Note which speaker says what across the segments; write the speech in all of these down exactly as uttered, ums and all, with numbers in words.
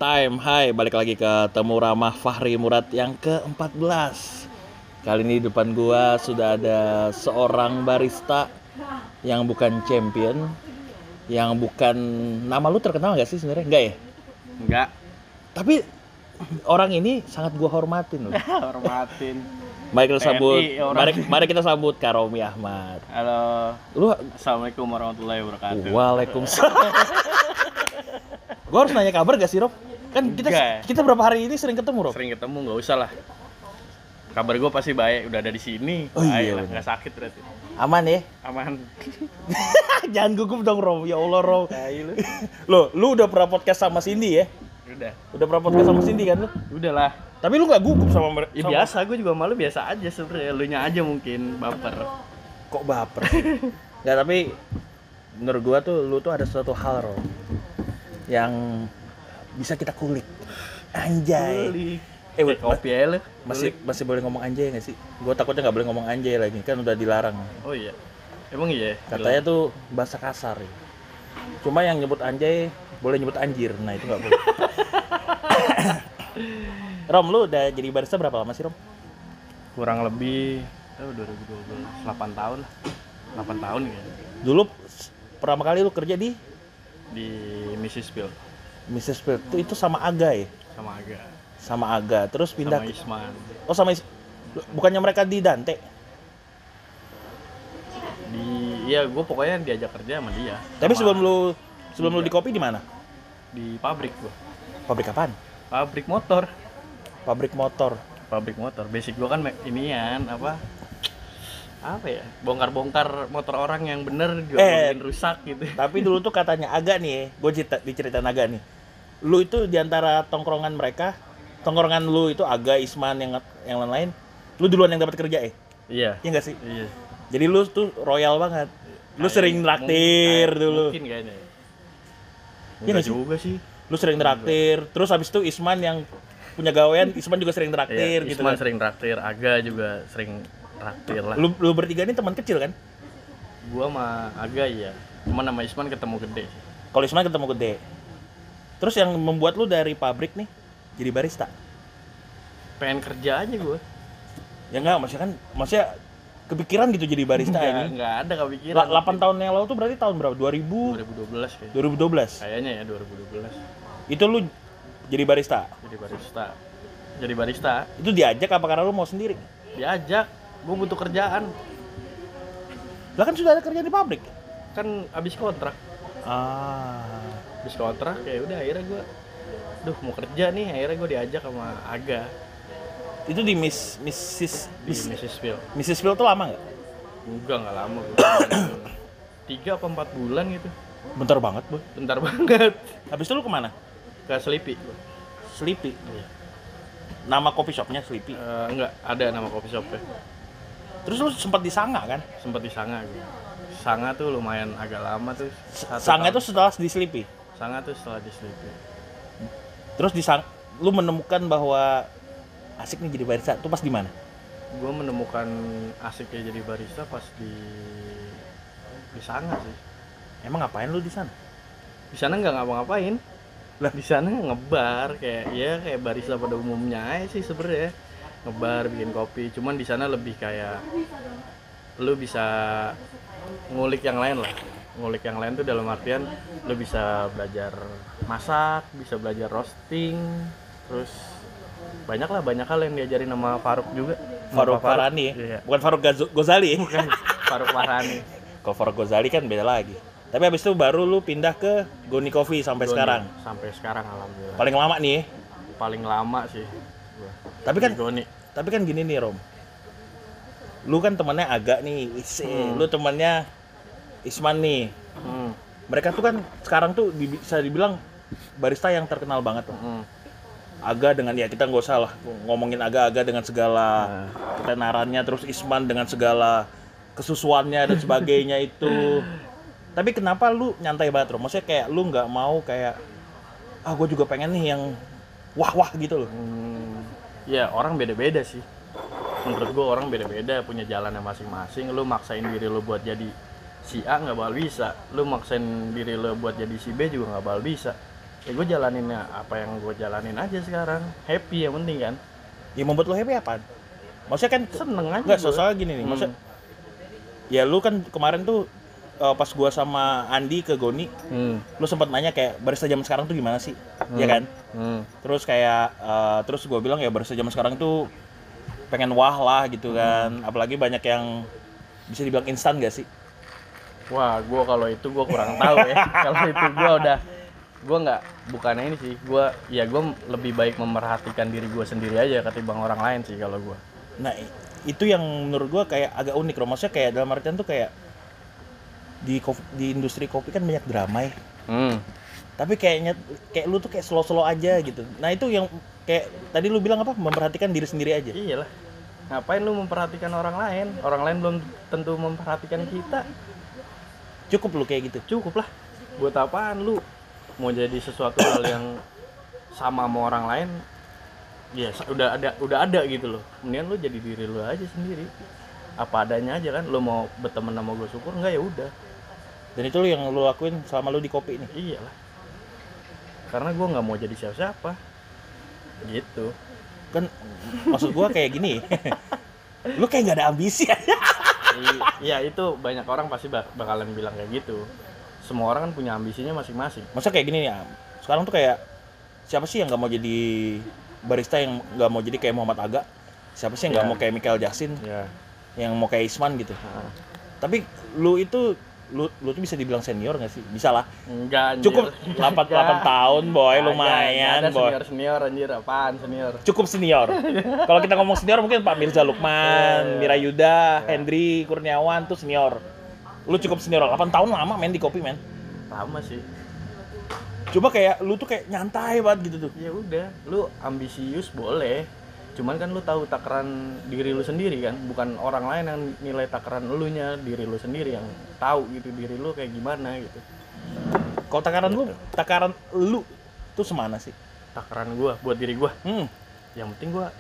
Speaker 1: time. Hai, balik lagi ke Temu Ramah Fahri Murad yang keempat belas. Kali ini di depan gua sudah ada seorang barista yang bukan champion, yang bukan, nama lu terkenal gak sih sebenarnya? Enggak ya?
Speaker 2: Enggak.
Speaker 1: Tapi orang ini sangat gua hormatin loh.
Speaker 2: Hormatin.
Speaker 1: Mari kita sambut,
Speaker 2: T N I orang.
Speaker 1: mari, mari kita sambut Kak Romi Ahmad.
Speaker 2: Halo.
Speaker 1: Lu
Speaker 2: Assalamualaikum warahmatullahi wabarakatuh.
Speaker 1: Waalaikumsalam. Gua harus nanya kabar gak sih, Rob? Kan kita
Speaker 2: Enggak.
Speaker 1: kita berapa hari ini sering ketemu, Rob?
Speaker 2: Sering ketemu nggak usah lah. Kabar gue pasti baik, udah ada di sini.
Speaker 1: Oh
Speaker 2: baik
Speaker 1: iya,
Speaker 2: lah,
Speaker 1: bener.
Speaker 2: nggak sakit berarti.
Speaker 1: Aman ya?
Speaker 2: Aman.
Speaker 1: Jangan gugup dong, Rob. Ya Allah, Rob.
Speaker 2: Tai lu.
Speaker 1: Lo, lu udah pernah podcast sama Cindy ya?
Speaker 2: Udah.
Speaker 1: Udah pernah podcast sama Cindy kan lu?
Speaker 2: Udah lah.
Speaker 1: Tapi lu gak gugup sama mereka?
Speaker 2: Ya biasa, gue juga malu biasa aja sebenarnya. Lu nya aja mungkin baper.
Speaker 1: Kok baper sih? Nggak, tapi menurut gua tuh lu tuh ada suatu hal, Rob, yang bisa kita kulik. Anjay.
Speaker 2: Beli.
Speaker 1: Eh,
Speaker 2: Eh, kopi aja lu.
Speaker 1: Masih masih boleh ngomong anjay nggak sih? Gua takutnya nggak boleh ngomong anjay lagi, kan udah dilarang.
Speaker 2: Oh iya. Emang iya?
Speaker 1: Katanya tuh bahasa kasar ya. Cuma yang nyebut anjay boleh nyebut anjir. Nah, itu nggak boleh. Rom, lu udah jadi barista berapa lama sih, Rom?
Speaker 2: Kurang lebih oh, dua ribu dua belas, delapan tahun lah. delapan tahun ya.
Speaker 1: Dulu pertama kali lu kerja di
Speaker 2: Di missus Bill
Speaker 1: missus Phil. Itu itu sama Aga ya?
Speaker 2: sama Aga.
Speaker 1: Sama Aga. Terus pindah
Speaker 2: Sama
Speaker 1: ke-
Speaker 2: Isman.
Speaker 1: Oh, sama Is- bukannya mereka di Dante?
Speaker 2: Di iya gue pokoknya diajak kerja sama dia.
Speaker 1: Tapi
Speaker 2: Sama-
Speaker 1: sebelum lu sebelum lu
Speaker 2: Iya.
Speaker 1: di kopi di mana?
Speaker 2: di pabrik gue.
Speaker 1: Pabrik apaan?
Speaker 2: Pabrik motor.
Speaker 1: Pabrik motor.
Speaker 2: Pabrik motor. Basic gue kan me- inian apa? Apa ya? Bongkar-bongkar motor orang yang bener juga
Speaker 1: Eh.
Speaker 2: bikin rusak gitu.
Speaker 1: Tapi dulu tuh katanya Aga nih, gue cerita diceritain Aga nih. Lu itu diantara tongkrongan mereka, tongkrongan lu itu Aga, Isman, yang yang lain-lain, lu duluan yang dapat kerja eh?
Speaker 2: Iya.
Speaker 1: Iya nggak sih?
Speaker 2: Iya.
Speaker 1: Jadi lu tuh royal banget. Lu
Speaker 2: Kayak-
Speaker 1: sering traktir
Speaker 2: mungkin-
Speaker 1: dulu.
Speaker 2: Mungkin kayaknya.
Speaker 1: Iya
Speaker 2: Enggak
Speaker 1: nggak sih?
Speaker 2: juga sih.
Speaker 1: Lu sering traktir. Terus habis itu Isman yang punya gawean, Isman juga sering traktir
Speaker 2: Iya,
Speaker 1: gitu
Speaker 2: Isman
Speaker 1: kan.
Speaker 2: sering traktir, Aga juga sering traktir lah.
Speaker 1: Lu lu bertiga ini teman kecil kan?
Speaker 2: Gua sama Aga ya. Cuma nama Isman ketemu gede sih.
Speaker 1: Kalau Isman ketemu gede. Terus yang membuat lu dari pabrik nih jadi barista?
Speaker 2: Pengen kerja aja gue.
Speaker 1: Ya enggak, maksudnya kan maksudnya kepikiran gitu jadi barista
Speaker 2: Enggak,
Speaker 1: ini.
Speaker 2: enggak ada kepikiran.
Speaker 1: La- delapan tahun yang lalu tuh berarti tahun berapa? dua ribu?
Speaker 2: dua ribu dua belas kayak.
Speaker 1: dua ribu dua belas.
Speaker 2: Kayaknya ya dua ribu dua belas.
Speaker 1: Itu lu jadi barista.
Speaker 2: Jadi barista. Jadi barista,
Speaker 1: Itu diajak apa karena lu mau sendiri?
Speaker 2: diajak. Gue butuh kerjaan.
Speaker 1: Lah kan sudah ada kerja di pabrik.
Speaker 2: Kan abis kontrak.
Speaker 1: Ah.
Speaker 2: Abis kontrak ya udah akhirnya gue duh mau kerja nih, akhirnya gue diajak sama Aga
Speaker 1: Itu di Miss Missis
Speaker 2: di
Speaker 1: Miss,
Speaker 2: missus Bill.
Speaker 1: Missis Phil tuh lama nggak?
Speaker 2: Enggak, enggak lama gue. Tiga apa empat bulan gitu.
Speaker 1: Bentar banget, Boy.
Speaker 2: Bentar banget.
Speaker 1: Habis itu lu kemana?
Speaker 2: Ke Sleepy gua.
Speaker 1: Sleepy.
Speaker 2: Iya.
Speaker 1: Nama coffee shopnya Sleepy.
Speaker 2: Eh, enggak, ada nama coffee shopnya.
Speaker 1: Terus lu sempat di Sanga kan?
Speaker 2: Sempet di Sanga gue. Sanga tuh lumayan agak lama tuh. Satu
Speaker 1: Sanga
Speaker 2: tahun.
Speaker 1: itu setelah di Sleepy.
Speaker 2: Sanga tuh setelah di Sleepy.
Speaker 1: Terus di Sang lu menemukan bahwa asik nih jadi barista. Itu pas di mana?
Speaker 2: Gue menemukan asiknya jadi barista pas di di Sanga sih.
Speaker 1: Emang ngapain lu di sana?
Speaker 2: Di sana nggak ngapa-ngapain.
Speaker 1: Lah?
Speaker 2: Di sana ngebar kayak ya kayak barista pada umumnya aja sih sebenarnya. Ngebar bikin kopi. Cuman di sana lebih kayak lu bisa ngulik yang lain lah. Ngulik yang lain tuh dalam artian lu bisa belajar masak, bisa belajar roasting, terus banyak lah banyak hal yang diajarin sama Faruk juga.
Speaker 1: Faruk
Speaker 2: Sama Pak
Speaker 1: Farani ya?
Speaker 2: Iya.
Speaker 1: Bukan Faruk Gazo- Gozali ya?
Speaker 2: Bukan Faruk Farani.
Speaker 1: Kalau Faruk Gozali kan beda lagi. Tapi habis itu baru lu pindah ke Goni Coffee sampai
Speaker 2: Goni.
Speaker 1: sekarang.
Speaker 2: Sampai sekarang alhamdulillah.
Speaker 1: Paling lama nih ya.
Speaker 2: Paling lama sih gua.
Speaker 1: Tapi kan
Speaker 2: Di Goni.
Speaker 1: tapi kan gini nih, Rom. Lu kan temannya Aga nih, Ise.
Speaker 2: Hmm.
Speaker 1: Lu temannya Isman nih.
Speaker 2: Hmm.
Speaker 1: Mereka tuh kan sekarang tuh di- bisa dibilang barista yang terkenal banget tuh.
Speaker 2: Hmm.
Speaker 1: Aga dengan ya kita nggak usah lah ngomongin Aga-Aga dengan segala
Speaker 2: Nah.
Speaker 1: ketenarannya, terus Isman dengan segala kesusuannya dan sebagainya itu. Tapi kenapa lu nyantai banget, Rom? Maksudnya kayak lu nggak mau kayak ah gue juga pengen nih yang wah-wah gitu loh.
Speaker 2: Hmm. Ya orang beda-beda sih. Menurut gua orang beda-beda punya jalannya masing-masing. Lu maksain diri lu buat jadi si A nggak bakal bisa, lu maksain diri lu buat jadi si B juga nggak bakal bisa. Ya gue jalanin apa yang gue jalanin aja sekarang, happy yang penting kan.
Speaker 1: Ya membuat lo happy apa? Maksudnya kan
Speaker 2: Seneng aja.
Speaker 1: Enggak,
Speaker 2: gua.
Speaker 1: soalnya gini nih,
Speaker 2: Hmm.
Speaker 1: maksudnya ya lu kan kemarin tuh uh, pas gua sama Andi ke Goni,
Speaker 2: hmm.
Speaker 1: lu sempat nanya kayak barista zaman sekarang tuh gimana sih?
Speaker 2: Hmm.
Speaker 1: Ya kan?
Speaker 2: Hmm.
Speaker 1: Terus kayak uh, terus gua bilang ya barista zaman sekarang tuh pengen wah lah gitu kan. Hmm. Apalagi banyak yang bisa dibilang instan gak sih?
Speaker 2: Wah, gua kalau itu gua kurang tahu ya. Kalau itu gua udah gua nggak bukannya ini sih. Gua ya gua lebih baik memperhatikan diri gua sendiri aja ketimbang orang lain sih kalau gua.
Speaker 1: Nah, itu yang menurut gua kayak agak unik loh. Maksudnya kayak dalam artian tuh kayak di kopi, di industri kopi kan banyak drama ya.
Speaker 2: Hmm.
Speaker 1: Tapi kayaknya kayak lu tuh kayak slow-slow aja gitu. Nah, itu yang kayak tadi lu bilang apa? Memperhatikan diri sendiri aja.
Speaker 2: Iyalah. Ngapain lu memperhatikan orang lain? Orang lain belum tentu memperhatikan kita.
Speaker 1: Cukup lu kayak gitu.
Speaker 2: Cukup lah. Buat apaan lu mau jadi sesuatu hal yang sama sama orang lain? Ya udah ada udah ada gitu loh. Mendingan lu jadi diri lu aja sendiri. Apa adanya aja kan. Lu mau berteman sama gue syukur enggak ya udah.
Speaker 1: Dan itu lu yang lu lakuin selama lu di kopi nih.
Speaker 2: Iyalah. Karena gue nggak mau jadi siapa-siapa. Gitu.
Speaker 1: Kan maksud gua kayak gini. Lu kayak nggak ada ambisi aja.
Speaker 2: Iya, itu banyak orang pasti bakalan bilang kayak gitu. Semua orang kan punya ambisinya masing-masing.
Speaker 1: Maksudnya kayak gini nih, sekarang tuh kayak siapa sih yang nggak mau jadi barista, yang nggak mau jadi kayak Muhammad Aga? Siapa sih yang nggak
Speaker 2: Ya.
Speaker 1: mau kayak Michael Jackson?
Speaker 2: Ya.
Speaker 1: Yang mau kayak Isman gitu?
Speaker 2: Nah.
Speaker 1: Tapi lu itu lu lu tuh bisa dibilang senior nggak sih? Bisa lah.
Speaker 2: Enggak, anjir.
Speaker 1: Cukup delapan, delapan tahun boy, lumayan
Speaker 2: ada
Speaker 1: boy.
Speaker 2: senior-senior anjir, apaan senior?
Speaker 1: Cukup senior. Kalau kita ngomong senior mungkin Pak Mirza Lukman,
Speaker 2: Yeah.
Speaker 1: Mira Yuda,
Speaker 2: Yeah.
Speaker 1: Hendri Kurniawan tuh senior. Lu cukup senior, delapan tahun lama main di kopi men.
Speaker 2: Lama sih.
Speaker 1: Coba kayak lu tuh kayak nyantai banget gitu tuh.
Speaker 2: Ya udah, lu ambisius boleh. Cuman kan lu tahu takaran diri lu sendiri kan, bukan orang lain yang nilai takaran elunya, diri lu sendiri yang tahu gitu diri lu kayak gimana gitu.
Speaker 1: Kalau takaran lu, takaran lu tuh semana sih?
Speaker 2: Takaran gua buat diri gua.
Speaker 1: Hmm.
Speaker 2: Yang penting gua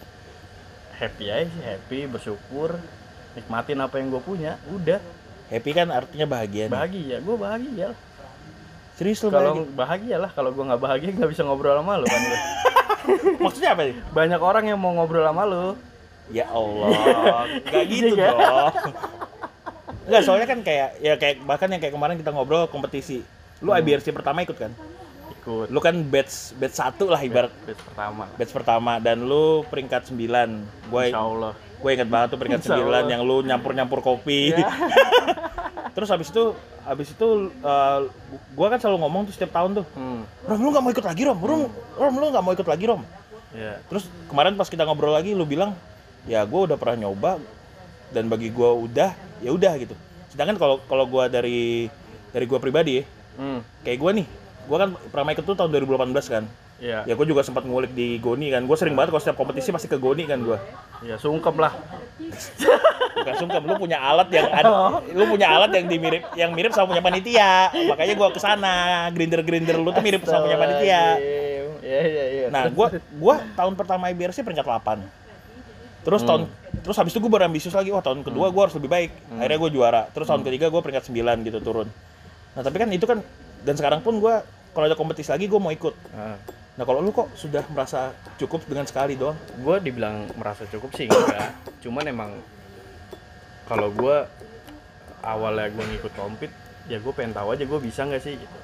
Speaker 2: happy aja sih, happy, bersyukur, nikmatin apa yang gua punya, udah.
Speaker 1: Happy kan artinya bahagia. Nih.
Speaker 2: Bahagia, gua bahagia lah.
Speaker 1: Serius lu
Speaker 2: Kalau
Speaker 1: bahagia?
Speaker 2: bahagia lah, kalau gua nggak bahagia nggak bisa ngobrol sama lu kan. Gua.
Speaker 1: Maksudnya apa nih?
Speaker 2: Banyak orang yang mau ngobrol sama lu.
Speaker 1: Ya Allah, nggak gitu dong. Nggak, soalnya kan kayak ya kayak bahkan yang kayak kemarin kita ngobrol kompetisi. Lu
Speaker 2: Hmm.
Speaker 1: I B R C pertama ikut kan?
Speaker 2: Ikut.
Speaker 1: Lu kan batch batch satu lah ibarat.
Speaker 2: Batch pertama.
Speaker 1: Batch pertama dan lu peringkat sembilan. Gue
Speaker 2: Insya Allah.
Speaker 1: gue ingat banget tuh peringkat
Speaker 2: Insya
Speaker 1: sembilan
Speaker 2: Allah.
Speaker 1: yang lu nyampur-nyampur kopi.
Speaker 2: Ya.
Speaker 1: Terus habis itu habis itu uh, gue kan selalu ngomong tuh setiap tahun tuh.
Speaker 2: Hmm.
Speaker 1: Rom, lu nggak mau ikut lagi Rom? Rom, Rom lu nggak mau ikut lagi Rom?
Speaker 2: Ya.
Speaker 1: Terus kemarin pas kita ngobrol lagi lu bilang ya gue udah pernah nyoba dan bagi gue udah ya udah gitu. Sedangkan kalau kalau gue dari dari gue pribadi ya
Speaker 2: Hmm.
Speaker 1: kayak gue nih, gue kan pernah ikut tuh tahun dua ribu delapan belas kan.
Speaker 2: Ya.
Speaker 1: Ya gue juga sempat ngulik di Goni kan. Gue sering banget kalau setiap kompetisi pasti ke Goni kan gue.
Speaker 2: Ya sungkem lah.
Speaker 1: Bukan sungkem, lu punya alat yang ada, lu punya alat yang dimirip yang mirip sama punya panitia. Makanya gue kesana, grinder-grinder lu tuh mirip sama punya panitia.
Speaker 2: Iya iya iya.
Speaker 1: Nah, gua gua tahun pertama I B R C peringkat delapan. Terus
Speaker 2: Hmm.
Speaker 1: tahun terus habis itu gua berambisius lagi, wah tahun kedua gua harus lebih baik. Akhirnya gua juara. Terus tahun ketiga gua peringkat sembilan gitu turun. Nah, tapi kan itu kan dan sekarang pun gua kalau ada kompetisi lagi gua mau ikut.
Speaker 2: Nah,
Speaker 1: Nah, kalau lu kok sudah merasa cukup dengan sekali doang?
Speaker 2: gue dibilang merasa cukup sih enggak. Cuman emang kalau gue awalnya gue ngikut kompet, ya gue pengen tahu aja gue bisa nggak sih gitu.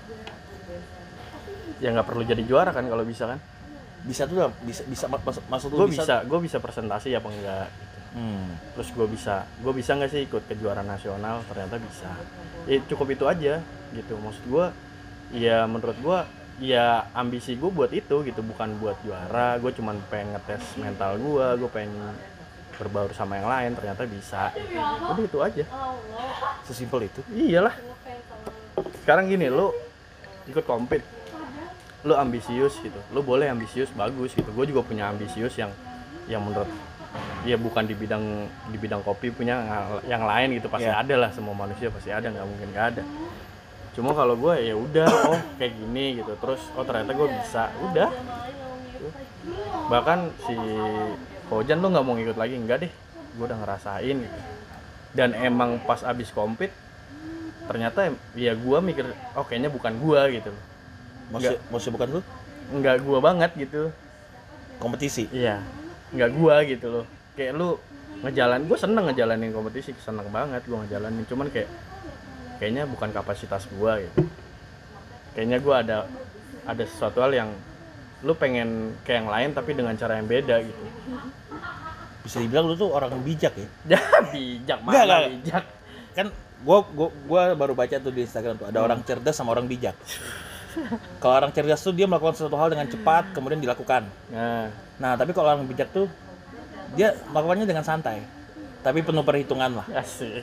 Speaker 2: Ya nggak perlu jadi juara kan kalau bisa kan.
Speaker 1: Bisa tuh lah, bisa bisa maksud, maksud lu
Speaker 2: Gue bisa, gue bisa presentasi apa enggak.
Speaker 1: Hmm.
Speaker 2: Terus gue bisa, gue bisa nggak sih ikut kejuaraan nasional? Ternyata bisa. Ya cukup itu aja gitu. Maksud gue, ya menurut gue, ya ambisi gue buat itu gitu, bukan buat juara. Gue cuman pengen ngetes mental gue, gue pengen berbaur sama yang lain. Ternyata bisa. Udah itu aja.
Speaker 1: Sesimpel itu.
Speaker 2: Iyalah. Sekarang gini, lu ikut kompet, lu ambisius gitu, lu boleh ambisius, bagus gitu. Gue juga punya ambisius yang yang menurut ya bukan di bidang di bidang kopi, punya yang lain gitu, pasti
Speaker 1: Yeah.
Speaker 2: ada lah, semua manusia pasti ada, nggak mungkin nggak ada. Cuma kalau gue ya udah, oh kayak gini gitu, terus oh ternyata gue bisa, udah. Bahkan si Fauzan lu nggak mau ngikut lagi, enggak deh, gue udah ngerasain gitu. Dan emang pas abis kompet ternyata ya gue mikir oh kayaknya bukan gue gitu.
Speaker 1: Maksud, maksud bukan lu?
Speaker 2: Nggak gua banget gitu.
Speaker 1: Kompetisi?
Speaker 2: Iya, nggak gua gitu loh. Kayak lu ngejalan, gua seneng ngejalanin kompetisi, seneng banget gua ngejalanin. Cuman kayak kayaknya bukan kapasitas gua gitu. Kayaknya gua ada ada sesuatu hal yang lu pengen kayak yang lain tapi dengan cara yang beda gitu.
Speaker 1: Bisa dibilang lu tuh orang bijak ya?
Speaker 2: Ya bijak, mana
Speaker 1: Nggak, nggak.
Speaker 2: bijak.
Speaker 1: Kan gua, gua gua baru baca tuh di Instagram tuh ada hmm. orang cerdas sama orang bijak. Kalau orang cerdas tuh dia melakukan sesuatu hal dengan cepat kemudian dilakukan. Nah, nah tapi kalau orang bijak tuh dia melakukannya dengan santai, tapi penuh perhitungan lah.
Speaker 2: Asik.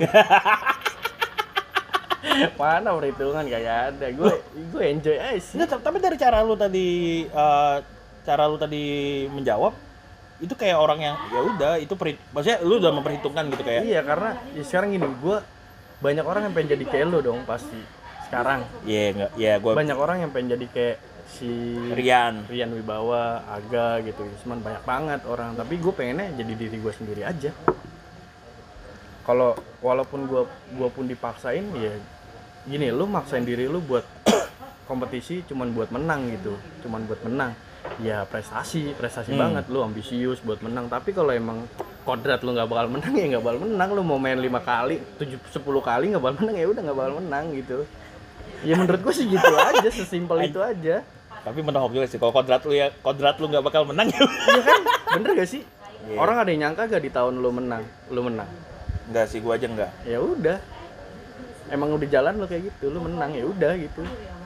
Speaker 2: Mana perhitungan kayak ada. Gue gue enjoy aja sih.
Speaker 1: Nggak, tapi dari cara lu tadi uh, cara lu tadi menjawab itu kayak orang yang ya udah itu peri, maksudnya lu udah memperhitungkan gitu kayak.
Speaker 2: Iya, karena ya sekarang gini, gue banyak orang yang pengen jadi kayak lu dong pasti. Sekarang
Speaker 1: iya yeah, enggak ya yeah, gua
Speaker 2: banyak orang yang pengen jadi kayak si
Speaker 1: Rian
Speaker 2: Rian Wibawa, Aga gitu. Cuman banyak banget orang, tapi gue pengennya jadi diri gue sendiri aja. Kalau walaupun gue gue pun dipaksain ya gini, lu maksain diri lu buat kompetisi cuman buat menang gitu, cuman buat menang ya prestasi prestasi hmm. banget, lu ambisius buat menang. Tapi kalau emang kodrat lu nggak bakal menang ya nggak bakal menang. Lu mau main lima kali, tujuh, sepuluh kali nggak bakal menang ya udah nggak bakal menang gitu. Ya menurut gue sih gitu aja, sesimpel itu aja.
Speaker 1: Tapi menohok juga sih kalau kodrat lu ya, kodrat lu nggak bakal menang ya.
Speaker 2: Iya kan, bener gak sih? Yeah. Orang ada yang nyangka gak di tahun lu menang, lu menang?
Speaker 1: Enggak sih, gua aja enggak.
Speaker 2: Ya udah, emang udah jalan lu kayak gitu, lu menang ya udah gitu.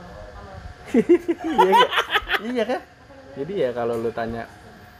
Speaker 2: Iya gak? Iya kan? Jadi ya kalau lu tanya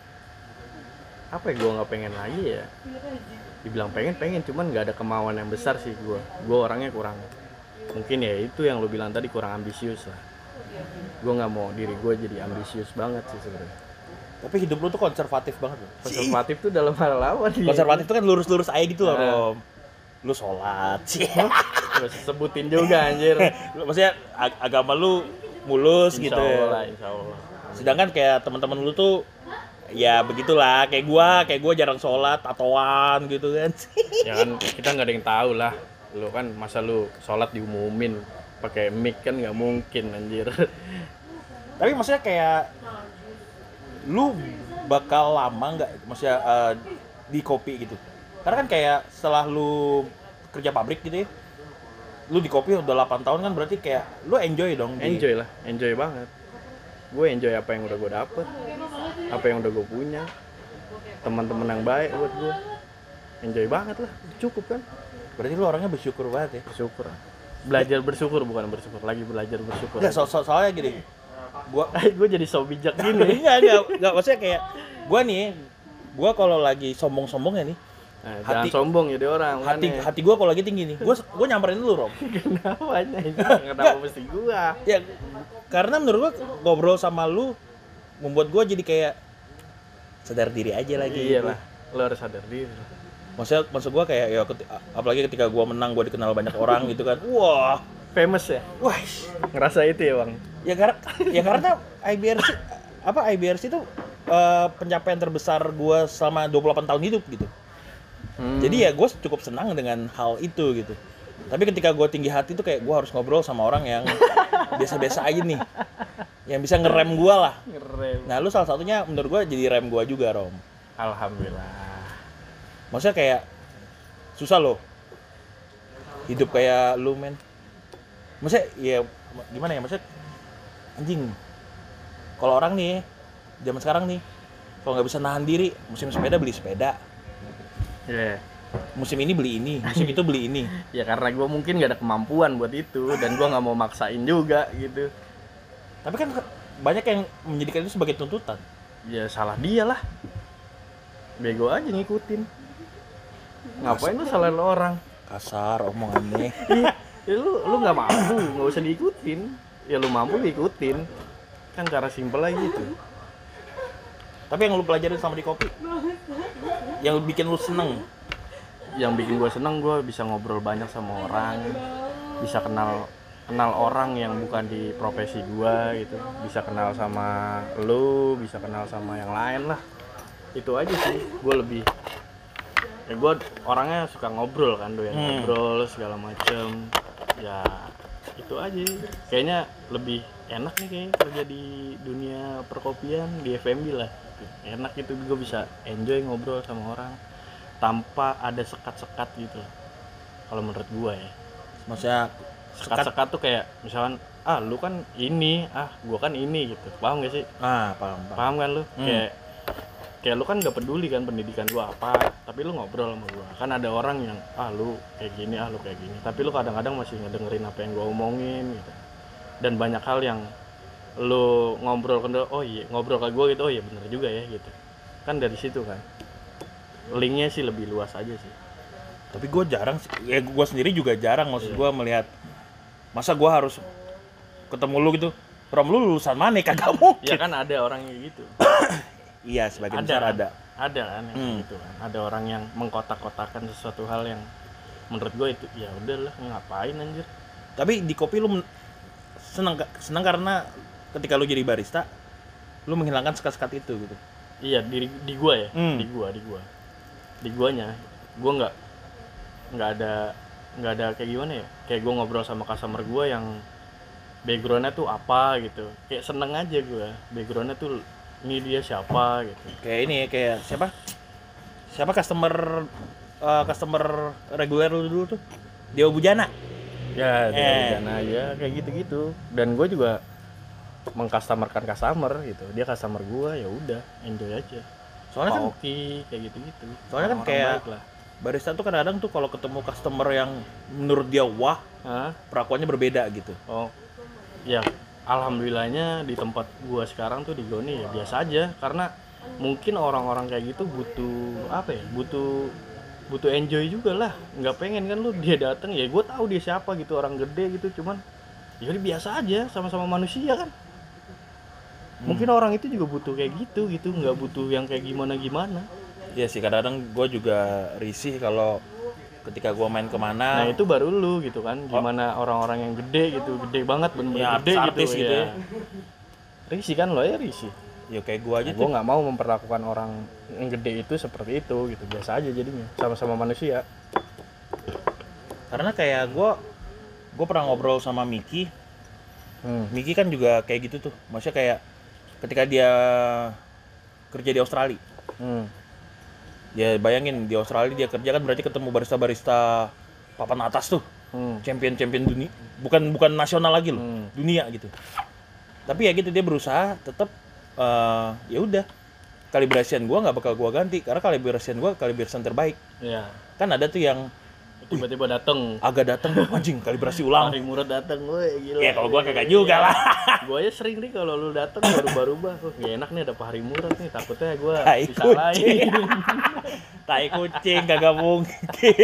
Speaker 2: apa ya, gue nggak pengen lagi ya. Dibilang pengen pengen, cuman nggak ada kemauan yang besar sih gue. Gue orangnya kurang, mungkin ya itu yang lu bilang tadi, kurang ambisius lah. Gue nggak mau diri gue jadi ambisius banget sih sebenarnya.
Speaker 1: Tapi hidup lu tuh konservatif banget loh.
Speaker 2: Konservatif tuh dalam hal apa nih?
Speaker 1: Konservatif tuh kan lurus-lurus aja gitu loh, Rom. Lu sholat sih.
Speaker 2: Lu sebutin juga anjir.
Speaker 1: Maksudnya ag- agama lu mulus
Speaker 2: insya
Speaker 1: gitu.
Speaker 2: Allah, insya Allah.
Speaker 1: Sedangkan kayak teman-teman lu tuh ya begitulah, kayak gua, kayak gua jarang sholat, tatoan gitu kan.
Speaker 2: Ya kan kita nggak ada yang tahu lah. Lu kan masa lu sholat diumumin pakai mic kan nggak mungkin anjir.
Speaker 1: Tapi maksudnya kayak lu bakal lama nggak, maksudnya uh, di kopi gitu? Karena kan kayak setelah lu kerja pabrik gitu ya, lu di kopi udah delapan tahun kan, berarti kayak lu enjoy dong.
Speaker 2: Enjoy di... lah, enjoy banget. Gue enjoy apa yang udah gue dapet, apa yang udah gue punya, teman-teman yang baik buat gue. Enjoy banget lah, cukup kan.
Speaker 1: Berarti lu orangnya bersyukur banget ya?
Speaker 2: Bersyukur. Belajar bersyukur, bukan bersyukur, lagi belajar bersyukur.
Speaker 1: Enggak, so, so, soalnya gini, gua
Speaker 2: gue jadi so bijak gini.
Speaker 1: Enggak, enggak, enggak, maksudnya kayak gua nih, gua kalau lagi sombong-sombongnya nih,
Speaker 2: nah, hati, jangan sombong jadi orang.
Speaker 1: Hati kan, hati gua kalau lagi tinggi nih, gua gua nyamperin dulu, Rom.
Speaker 2: Kenapa ini? Kenapa mesti gua?
Speaker 1: Ya karena menurut gua ngobrol sama lu membuat gua jadi kayak sadar diri aja lagi.
Speaker 2: Iyalah, lu harus sadar diri.
Speaker 1: Maksudnya maksud gua kayak ya apalagi ketika gua menang, gua dikenal banyak orang gitu kan. Wah,
Speaker 2: famous ya?
Speaker 1: Wah,
Speaker 2: ngerasa itu ya, Bang.
Speaker 1: Ya karena ya karena I B R C apa I B R C itu uh, pencapaian terbesar gua selama dua puluh delapan tahun hidup gitu. Hmm. Jadi ya gua cukup senang dengan hal itu gitu. Tapi ketika gua tinggi hati tuh kayak gua harus ngobrol sama orang yang biasa-biasa aja nih. Yang bisa ngerem gua lah.
Speaker 2: Ngerem.
Speaker 1: Nah, lu salah satunya menurut gua jadi rem gua juga, Rom.
Speaker 2: Alhamdulillah.
Speaker 1: Maksudnya kayak susah loh hidup kayak lu, men. Maksudnya ya gimana ya, maksudnya anjing. Kalau orang nih zaman sekarang nih kalau nggak bisa nahan diri, musim sepeda beli sepeda. Iya. Yeah. Musim ini beli ini, musim itu beli ini.
Speaker 2: Ya karena gue mungkin nggak ada kemampuan buat itu dan gue nggak mau maksain juga gitu.
Speaker 1: Tapi kan banyak yang menjadikan itu sebagai tuntutan.
Speaker 2: Ya salah dia lah. Bego aja ngikutin. Ngapain lu salahin orang?
Speaker 1: Kasar omongannya.
Speaker 2: Ya lu lu nggak mampu, nggak usah diikutin. Ya lu mampu diikutin. Kan cara simpel aja gitu.
Speaker 1: Tapi yang lu pelajarin sama di kopi, yang bikin lu seneng?
Speaker 2: Yang bikin gue seneng, gue bisa ngobrol banyak sama orang, bisa kenal kenal orang yang bukan di profesi gue gitu, bisa kenal sama lu, bisa kenal sama yang lain lah. Itu aja sih, gue lebih ya gue orangnya suka ngobrol kan, doyan hmm. ngobrol segala macem. Ya itu aja kayaknya lebih enak nih kayaknya kerja di dunia perkopian di F and B lah. Enak gitu, gue bisa enjoy ngobrol sama orang tanpa ada sekat-sekat gitu kalau menurut gue ya.
Speaker 1: Maksudnya sekat,
Speaker 2: Sekat-sekat tuh kayak misalkan ah lu kan ini, ah gua kan ini gitu, paham gak sih?
Speaker 1: ah paham paham.
Speaker 2: Paham kan lu?
Speaker 1: Hmm.
Speaker 2: Kayak kayak lu kan gak peduli kan pendidikan gua apa, tapi lu ngobrol sama gua. Kan ada orang yang ah lu kayak gini, ah lu kayak gini, tapi lu kadang-kadang masih ngedengerin apa yang gua omongin gitu. Dan banyak hal yang lu ngobrol ke oh iya ngobrol ke gua gitu, oh iya bener juga ya gitu. Kan dari situ kan linknya sih lebih luas aja sih.
Speaker 1: Tapi gue jarang sih, ya gue sendiri juga jarang, maksud gue melihat masa gue harus ketemu lu gitu, Rom lu lulusan mana, kagak mungkin.
Speaker 2: Ya kan ada orang yang gitu.
Speaker 1: Iya, sebagian
Speaker 2: Ada
Speaker 1: besar
Speaker 2: kan?
Speaker 1: ada.
Speaker 2: Ada kan yang
Speaker 1: Hmm.
Speaker 2: gitu kan. Ada orang yang mengkotak-kotakan sesuatu hal yang menurut gue itu ya udahlah ngapain anjir.
Speaker 1: Tapi di kopi lu men- seneng seneng karena ketika lu jadi barista, lu menghilangkan sekat-sekat itu gitu.
Speaker 2: Iya di di gua ya,
Speaker 1: Hmm.
Speaker 2: di gua, di gua. Di guanya gua nggak nggak ada nggak ada kayak gimana ya? Kayak gua ngobrol sama customer gua yang backgroundnya tuh apa gitu. Kayak seneng aja gua. Backgroundnya tuh ini dia siapa gitu.
Speaker 1: Kayak ini kayak siapa? Siapa customer eh, customer reguler lu dulu tuh? Dewa Bujana.
Speaker 2: Ya,
Speaker 1: Eh.
Speaker 2: dia eh. ya kayak gitu-gitu. Dan gue juga mengcustomerkan customer gitu. Dia customer gue ya udah enjoy aja.
Speaker 1: Soalnya kan
Speaker 2: Oke, kayak gitu-gitu.
Speaker 1: Soalnya kan
Speaker 2: Orang-orang
Speaker 1: kayak
Speaker 2: baik lah.
Speaker 1: barista tuh kadang-kadang tuh kalau ketemu customer yang menurut dia wah,
Speaker 2: Hah?
Speaker 1: perlakuannya berbeda gitu.
Speaker 2: Oh. Ya, alhamdulillahnya di tempat gua sekarang tuh di Goni ya biasa aja karena mungkin orang-orang kayak gitu butuh apa ya? Butuh butuh enjoy juga lah. Nggak pengen kan lu dia datang ya gua tahu dia siapa gitu, orang gede gitu cuman ya udah biasa aja sama-sama manusia kan. Mungkin orang itu juga butuh kayak gitu gitu, nggak butuh yang kayak gimana-gimana.
Speaker 1: Iya sih, kadang-kadang gue juga risih kalau ketika gue main kemana.
Speaker 2: Nah itu baru lu gitu kan, gimana orang-orang yang gede gitu, gede banget bener-bener
Speaker 1: Ya,
Speaker 2: gede
Speaker 1: artis
Speaker 2: gitu,
Speaker 1: gitu
Speaker 2: ya.
Speaker 1: ya.
Speaker 2: Risih kan lo ya risih.
Speaker 1: Ya kayak gue aja
Speaker 2: Nah,
Speaker 1: tuh.
Speaker 2: gue nggak mau memperlakukan orang yang gede itu seperti itu gitu, biasa aja jadinya, sama-sama manusia.
Speaker 1: Karena kayak gue gue pernah ngobrol sama Miki.
Speaker 2: Hmm.
Speaker 1: Miki kan juga kayak gitu tuh. Maksudnya kayak ketika dia kerja di Australia.
Speaker 2: Hmm.
Speaker 1: Ya bayangin di Australia dia kerja kan berarti ketemu barista-barista papan atas tuh.
Speaker 2: Hmm.
Speaker 1: Champion-champion dunia. Bukan bukan nasional lagi loh,
Speaker 2: Hmm.
Speaker 1: dunia gitu. Tapi ya gitu dia berusaha tetap eh, ya udah. Calibration gua nggak bakal gua ganti karena calibration gua calibration terbaik.
Speaker 2: Ya,
Speaker 1: Kan ada tuh yang
Speaker 2: tiba-tiba dateng
Speaker 1: agak datang anjing kalibrasi ulang.
Speaker 2: Hari Murad dateng, woi gila.
Speaker 1: Ya kalau gua kagak juga lah.
Speaker 2: Gue aja sering nih kalau lu dateng baru-baru bah, oh, gak enak nih ada Pak Hari Murad nih, takutnya gue
Speaker 1: Tai
Speaker 2: disalahin.
Speaker 1: Tai kucing kagak mungkin.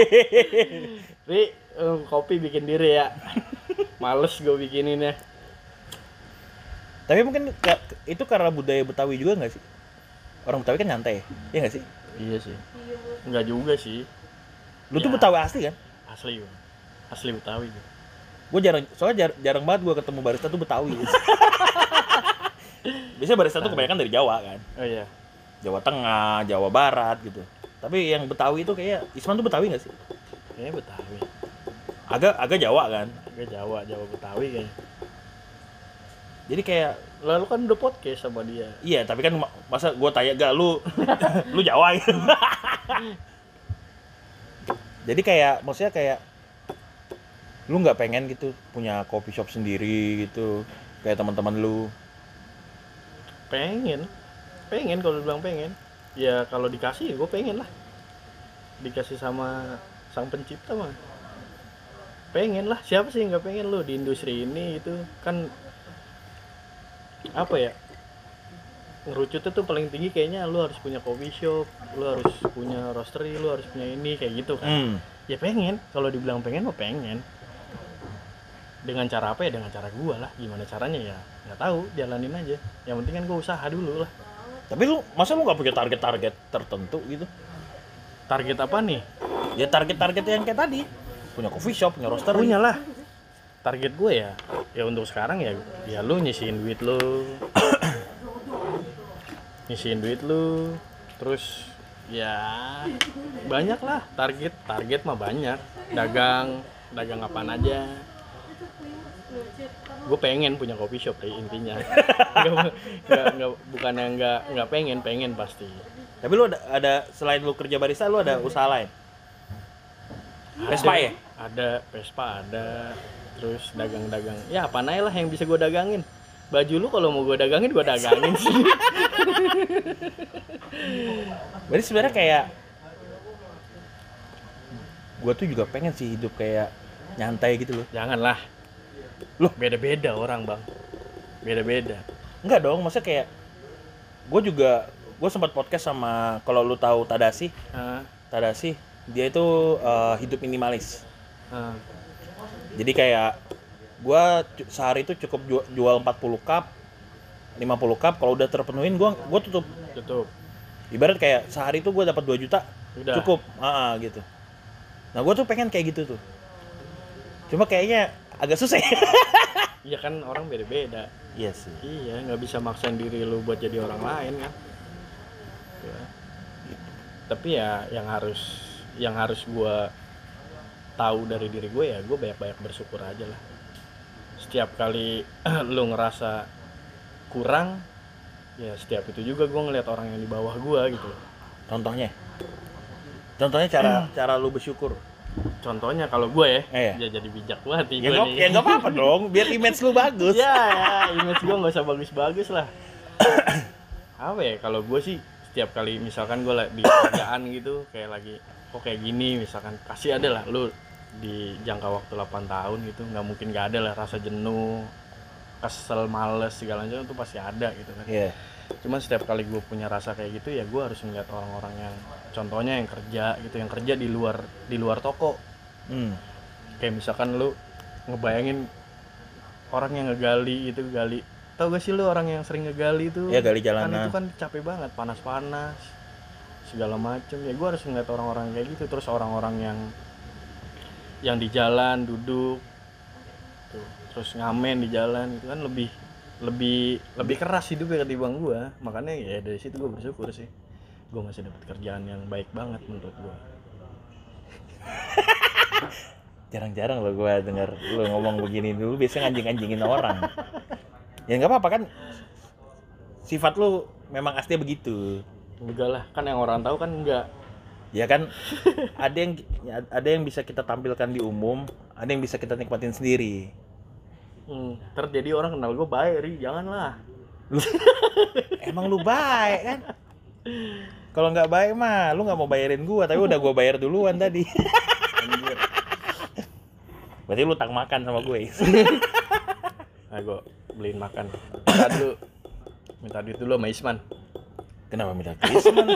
Speaker 2: Ri, eh, kopi bikin diri ya. Males gue bikinin ya.
Speaker 1: Tapi mungkin ka- itu karena budaya Betawi juga nggak sih? Orang Betawi kan nyantai, ya nggak sih?
Speaker 2: Iya sih. Enggak juga sih.
Speaker 1: Lu tuh
Speaker 2: Ya.
Speaker 1: Betawi asli kan?
Speaker 2: Asli gue. Asli Betawi gue.
Speaker 1: Gue jarang, soalnya jar- jarang banget gue ketemu barista tuh Betawi. Biasanya barista tuh kebanyakan dari Jawa kan,
Speaker 2: Oh iya.
Speaker 1: Jawa Tengah, Jawa Barat gitu. Tapi yang Betawi itu kayak Isman tuh Betawi nggak sih?
Speaker 2: Kayaknya Betawi.
Speaker 1: Agak agak Jawa kan.
Speaker 2: Gue Jawa, Jawa Betawi kayaknya.
Speaker 1: Jadi kayak
Speaker 2: Lalu kan udah podcast sama dia.
Speaker 1: iya, tapi kan ma- masa gue tanya gak lu lu Jawa gitu. Jadi kayak maksudnya kayak lu nggak pengen gitu punya coffee shop sendiri gitu kayak teman-teman lu.
Speaker 2: Pengen. Pengen kalau dibilang pengen. Ya kalau dikasih gue pengen lah. Dikasih sama sang pencipta mah. Pengen lah. Siapa sih yang nggak pengen lu di industri ini itu kan apa ya? Ngerucutnya tuh paling tinggi kayaknya lu harus punya coffee shop, lu harus punya roastery, lu harus punya ini kayak gitu kan.
Speaker 1: Hmm.
Speaker 2: Ya pengen, kalau dibilang pengen mah pengen. Dengan cara apa ya? Dengan cara gua lah. Gimana caranya ya? Nggak tahu, jalanin aja. Yang penting kan gua usaha dulu lah.
Speaker 1: Tapi lu masa lu nggak punya target-target tertentu gitu?
Speaker 2: Target apa nih?
Speaker 1: Ya target-target yang kayak tadi. Punya coffee shop, punya roaster.
Speaker 2: Punya lah. Target gue ya, ya untuk sekarang ya, ya lu nyisihin duit lu, nyisihin duit lu, terus ya banyak lah target, target mah banyak, dagang, dagang apaan aja, gue pengen punya coffee shop ya intinya. nggak, nggak, nggak, bukan yang nggak nggak pengen, pengen pasti.
Speaker 1: Tapi lu ada, ada selain lu kerja barista, lu ada usaha lain? Vespa
Speaker 2: Ada-
Speaker 1: ya?
Speaker 2: Ada Vespa, ada terus dagang-dagang. Ya apa aja lah yang bisa gue dagangin. Baju lu kalau mau gue dagangin, gue dagangin sih.
Speaker 1: Berarti sebenarnya kayak gua tuh juga pengen sih hidup kayak nyantai gitu loh.
Speaker 2: Janganlah.
Speaker 1: Loh?
Speaker 2: Beda-beda orang bang. Beda-beda.
Speaker 1: Enggak dong, maksudnya kayak gua juga gua sempat podcast sama, kalau lu tahu Tadashi,
Speaker 2: Ah,
Speaker 1: Tadashi dia itu uh, hidup minimalis.
Speaker 2: ah.
Speaker 1: Jadi kayak gua cu- sehari itu cukup ju- jual empat puluh cup, lima puluh cup, kalau udah terpenuhin gua gua tutup.
Speaker 2: Tutup.
Speaker 1: Ibarat kayak sehari itu gua dapat dua juta,
Speaker 2: Udah.
Speaker 1: cukup. Ah, ah, gitu. Nah, gua tuh pengen kayak gitu tuh. Cuma kayaknya agak susah. Ya?
Speaker 2: Iya kan orang beda-beda.
Speaker 1: Iya sih.
Speaker 2: Iya, nggak bisa maksain diri lu buat jadi orang lain kan. Ya. Tapi ya yang harus yang harus gua tahu dari diri gue ya gue banyak-banyak bersyukur aja lah. Setiap kali lu ngerasa kurang, ya setiap itu juga gue ngeliat orang yang di bawah gue gitu.
Speaker 1: Contohnya? Contohnya cara cara lu bersyukur.
Speaker 2: Contohnya kalau gue ya,
Speaker 1: Eh,
Speaker 2: ya jadi bijak banget nih
Speaker 1: Ya
Speaker 2: gue
Speaker 1: nggak
Speaker 2: nih.
Speaker 1: ya nggak apa-apa dong, biar image lu bagus.
Speaker 2: Ya, ya, image gue nggak usah bagus-bagus lah. Apa ya, kalau gue sih setiap kali misalkan gue di kerjaan gitu, kayak lagi kok kayak gini, misalkan pasti ada lah lu di jangka waktu delapan tahun gitu, nggak mungkin nggak ada lah rasa jenuh, kesel, males segala macam itu pasti ada gitu kan.
Speaker 1: Iya.
Speaker 2: Cuman setiap kali gue punya rasa kayak gitu ya gue harus ngeliat orang-orang yang contohnya yang kerja gitu, yang kerja di luar di luar toko.
Speaker 1: Hmm.
Speaker 2: Kayak misalkan lu ngebayangin orang yang ngegali itu, gali, tau gak sih lu orang yang sering ngegali itu?
Speaker 1: Iya, gali
Speaker 2: Kan
Speaker 1: jalanan.
Speaker 2: itu kan capek banget, panas-panas segala macem. Ya gue harus ngeliat orang-orang kayak gitu. Terus orang-orang yang yang di jalan duduk tuh, terus ngamen di jalan itu kan lebih lebih lebih keras hidupnya ketimbang gue. Makanya ya dari situ gue bersyukur sih gue masih dapat kerjaan yang baik banget menurut gue.
Speaker 1: Jarang-jarang lo gue denger lu ngomong begini dulu, biasanya anjing-anjingin orang. Ya nggak apa-apa kan, sifat lu memang aslinya begitu.
Speaker 2: Enggak lah, kan yang orang tahu kan enggak.
Speaker 1: Ya kan, ada yang ada yang bisa kita tampilkan di umum, ada yang bisa kita nikmatin sendiri.
Speaker 2: Hmm, terjadi orang kenal gue baik, Ri, janganlah.
Speaker 1: Emang lu baik kan? Kalau nggak baik mah lu nggak mau bayarin gua, tapi udah gua bayar duluan tadi.
Speaker 2: Anjir.
Speaker 1: Berarti lu utang makan sama gue.
Speaker 2: Nah, gue beliin makan. Minta dulu. Minta duit dulu sama Isman.
Speaker 1: Kenapa minta Krisman?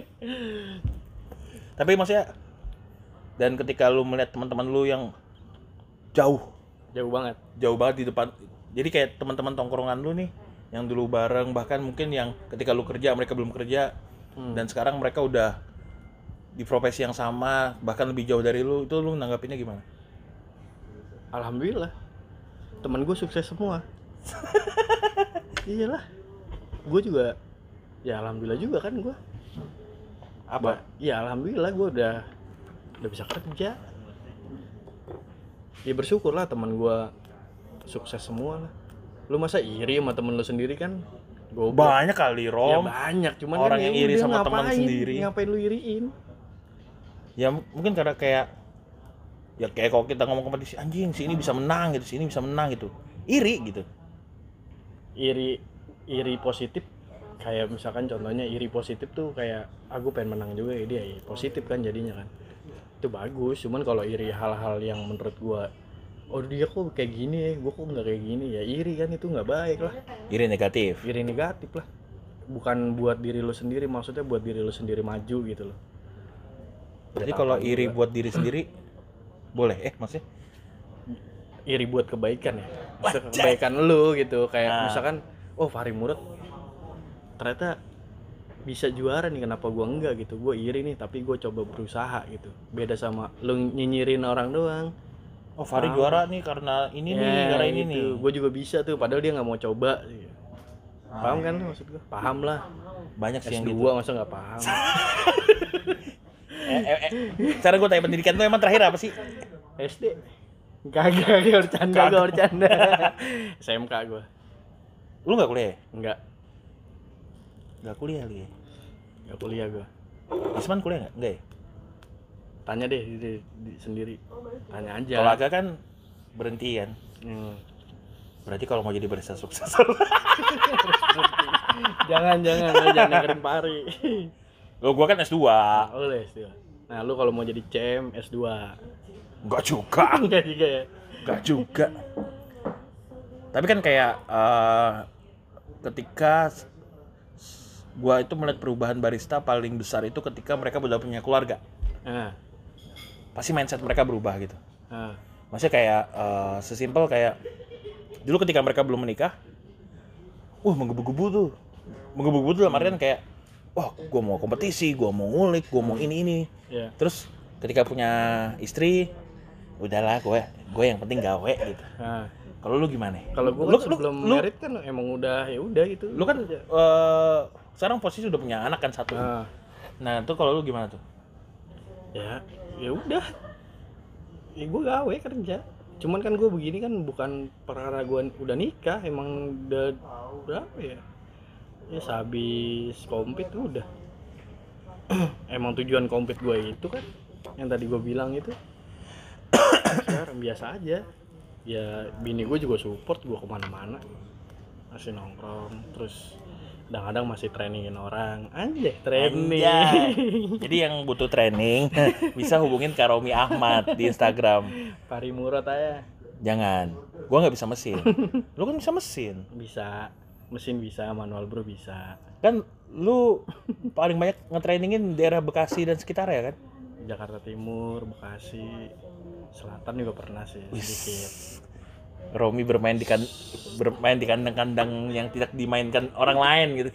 Speaker 1: Tapi maksudnya, dan ketika lu melihat teman-teman lu yang jauh,
Speaker 2: Jauh banget.
Speaker 1: jauh banget di depan, jadi kayak teman-teman tongkrongan lu nih, yang dulu bareng, bahkan mungkin yang ketika lu kerja mereka belum kerja,
Speaker 2: Hmm.
Speaker 1: dan sekarang mereka udah di profesi yang sama, bahkan lebih jauh dari lu, itu lu nanggapinnya gimana?
Speaker 2: Alhamdulillah. Temen gue sukses semua. Iyalah. Gue juga ya alhamdulillah juga kan gue.
Speaker 1: Apa?
Speaker 2: Ya alhamdulillah gue udah udah bisa kerja. Ya bersyukur lah teman gue sukses semua lah. Lu masa iri sama temen lu sendiri kan? Goblok.
Speaker 1: Banyak kali,
Speaker 2: Ya
Speaker 1: Rom.
Speaker 2: banyak, cuman
Speaker 1: Orang
Speaker 2: kan
Speaker 1: yang
Speaker 2: ya
Speaker 1: iri
Speaker 2: udah,
Speaker 1: sama teman
Speaker 2: ngapain?
Speaker 1: sendiri.
Speaker 2: Ngapain lu iriin?
Speaker 1: Ya m- mungkin karena kayak, ya kayak kalau kita ngomong kompetisi, anjing si ini bisa menang gitu, si ini bisa menang gitu, iri gitu.
Speaker 2: Iri iri positif kayak misalkan contohnya iri positif tuh kayak aku pengen menang juga ya dia ya, positif kan jadinya kan. Itu bagus, cuman kalau iri hal-hal yang menurut gua oh dia kok kayak gini ya, gua kok nggak kayak gini ya, iri kan itu nggak baik lah.
Speaker 1: Iri negatif.
Speaker 2: Iri negatif lah. Bukan buat diri lu sendiri, maksudnya buat diri lu sendiri maju gitu loh.
Speaker 1: Jadi
Speaker 2: Buat
Speaker 1: kalau
Speaker 2: apa
Speaker 1: iri
Speaker 2: juga.
Speaker 1: buat diri sendiri boleh, eh maksudnya?
Speaker 2: Iri buat kebaikan ya, maksudnya kebaikan lu gitu, kayak
Speaker 1: Ah.
Speaker 2: misalkan oh Fahri Murad ternyata bisa juara nih, kenapa gua enggak gitu, gua iri nih tapi gua coba berusaha gitu, beda sama lu nyinyirin orang doang.
Speaker 1: Oh Fahri
Speaker 2: Ah.
Speaker 1: juara nih karena ini nih,
Speaker 2: Ya,
Speaker 1: karena ini
Speaker 2: gitu.
Speaker 1: nih.
Speaker 2: Gua juga bisa tuh, padahal dia nggak mau coba. Paham kan maksud gua? Paham lah.
Speaker 1: Banyak sih
Speaker 2: S
Speaker 1: yang
Speaker 2: dua
Speaker 1: gitu.
Speaker 2: masa nggak paham.
Speaker 1: Eh, eh, eh. Cara gue tanya pendidikan tuh emang terakhir apa sih?
Speaker 2: S D Kagak, kagak bercanda,
Speaker 1: Kagak.
Speaker 2: gua bercanda. S M K gua.
Speaker 1: Lu nggak kuliah? Ya?
Speaker 2: Enggak,
Speaker 1: Nggak kuliah lu ya?
Speaker 2: enggak kuliah gua.
Speaker 1: Isman kuliah nggak? Nggak ya?
Speaker 2: Tanya deh di, di, sendiri. Tanya aja.
Speaker 1: Kalau agak kan berhenti kan.
Speaker 2: Hmm.
Speaker 1: Berarti kalau mau jadi barista sukses.
Speaker 2: jangan, jangan, lu jangan dengerin pari.
Speaker 1: Lo gua kan S dua.
Speaker 2: Oh, S dua. Nah, lu kalau mau jadi C M S dua.
Speaker 1: Enggak juga.
Speaker 2: Enggak juga ya.
Speaker 1: Enggak juga. Tapi kan kayak eh, ketika s- gua itu melihat perubahan barista paling besar itu ketika mereka udah punya keluarga.
Speaker 2: Nah,
Speaker 1: Pasti mindset mereka berubah gitu.
Speaker 2: nah.
Speaker 1: Maksudnya kayak eh, sesimpel kayak dulu ketika mereka belum menikah, wah menggebu-gebu tuh. Menggebu-gebu tuh dalam artian kayak wah, gua mau kompetisi, gua mau ngulik, gua mau ini ini.
Speaker 2: Ya.
Speaker 1: Terus ketika punya istri, udahlah gue gue yang penting gawe gitu.
Speaker 2: Nah,
Speaker 1: Kalau lu gimana?
Speaker 2: kalau gua
Speaker 1: lu,
Speaker 2: kan sebelum
Speaker 1: lu,
Speaker 2: merit kan emang udah ya udah gitu.
Speaker 1: lu kan eh, sekarang posisi udah punya anak kan satu.
Speaker 2: Nah,
Speaker 1: Nah, itu kalau lu gimana tuh?
Speaker 2: ya, ya udah. Ya gua gawe kerja. Cuman kan gua begini kan bukan perkara gua udah nikah, emang udah berapa ya? Ya sehabis kompet udah. Emang tujuan kompet gua itu kan yang tadi gua bilang itu. Sekarang biasa aja. Ya bini gue juga support gue kemana-mana, masih nongkrong, terus kadang-kadang masih trainingin orang. Anjay, training.
Speaker 1: Anjay. Jadi yang butuh training bisa hubungin Kak Romi Ahmad di Instagram.
Speaker 2: Pari murad aja.
Speaker 1: Jangan, gua nggak bisa mesin. Lu kan bisa mesin.
Speaker 2: Bisa, mesin bisa, manual bro bisa.
Speaker 1: Kan lu paling banyak ngetrainingin daerah Bekasi dan sekitar ya kan?
Speaker 2: Jakarta Timur, Bekasi, Selatan juga pernah sih sedikit.
Speaker 1: Romi bermain di kan bermain di kandang-kandang yang tidak dimainkan orang lain gitu.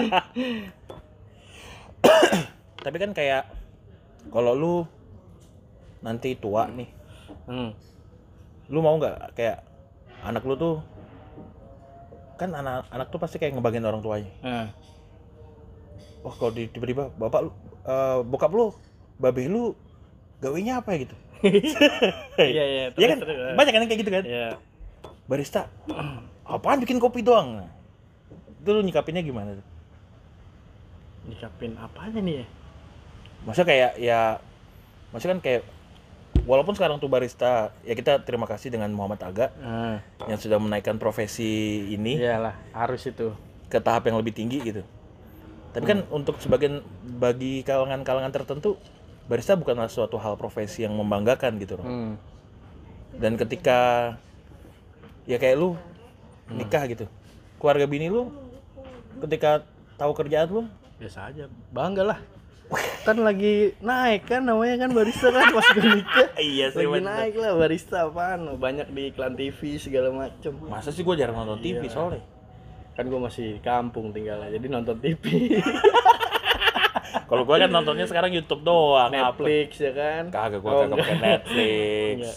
Speaker 1: Tapi kan kayak kalau lu nanti tua nih,
Speaker 2: Hmm.
Speaker 1: lu mau nggak kayak anak lu tuh kan anak anak tuh pasti kayak ngebagiin orang tuanya.
Speaker 2: Nah,
Speaker 1: Wah, kalau di- tiba-tiba bapak lu, eh, bokap lu, babe lu gawenya apa ya gitu.
Speaker 2: iya iya.
Speaker 1: Iya kan?
Speaker 2: terus, terus.
Speaker 1: Banyak kan yang kayak gitu kan?
Speaker 2: Iya.
Speaker 1: Barista, apaan bikin kopi doang? Itu lu nyikapinnya gimana tuh?
Speaker 2: Nyikapin apanya nih ya?
Speaker 1: Maksudnya kayak ya, maksudnya kan kayak walaupun sekarang tuh barista, ya kita terima kasih dengan Muhammad Aga
Speaker 2: Nah,
Speaker 1: yang sudah menaikkan profesi ini
Speaker 2: iyalah harus itu.
Speaker 1: ke tahap yang lebih tinggi gitu. Tapi kan untuk sebagian bagi kalangan-kalangan tertentu, barista bukanlah suatu hal profesi yang membanggakan gitu loh.
Speaker 2: Hmm.
Speaker 1: Dan ketika ya kayak lu nikah gitu, keluarga bini lu ketika tahu kerjaan lu,
Speaker 2: Biasa aja, bangga lah. Kan lagi naik kan namanya kan barista kan pas gue nikah.
Speaker 1: iya
Speaker 2: Lagi naik lah barista apaan, banyak di iklan T V segala macem.
Speaker 1: masa sih gue jarang nonton T V
Speaker 2: Iya.
Speaker 1: soalnya.
Speaker 2: Kan gue masih di kampung tinggalnya, jadi nonton T V.
Speaker 1: Kalau gue kan nontonnya sekarang YouTube doang, upload.
Speaker 2: Netflix ya kan.
Speaker 1: Kagak, gue
Speaker 2: Oh,
Speaker 1: kagak
Speaker 2: enggak.
Speaker 1: pakai Netflix.
Speaker 2: Enggak.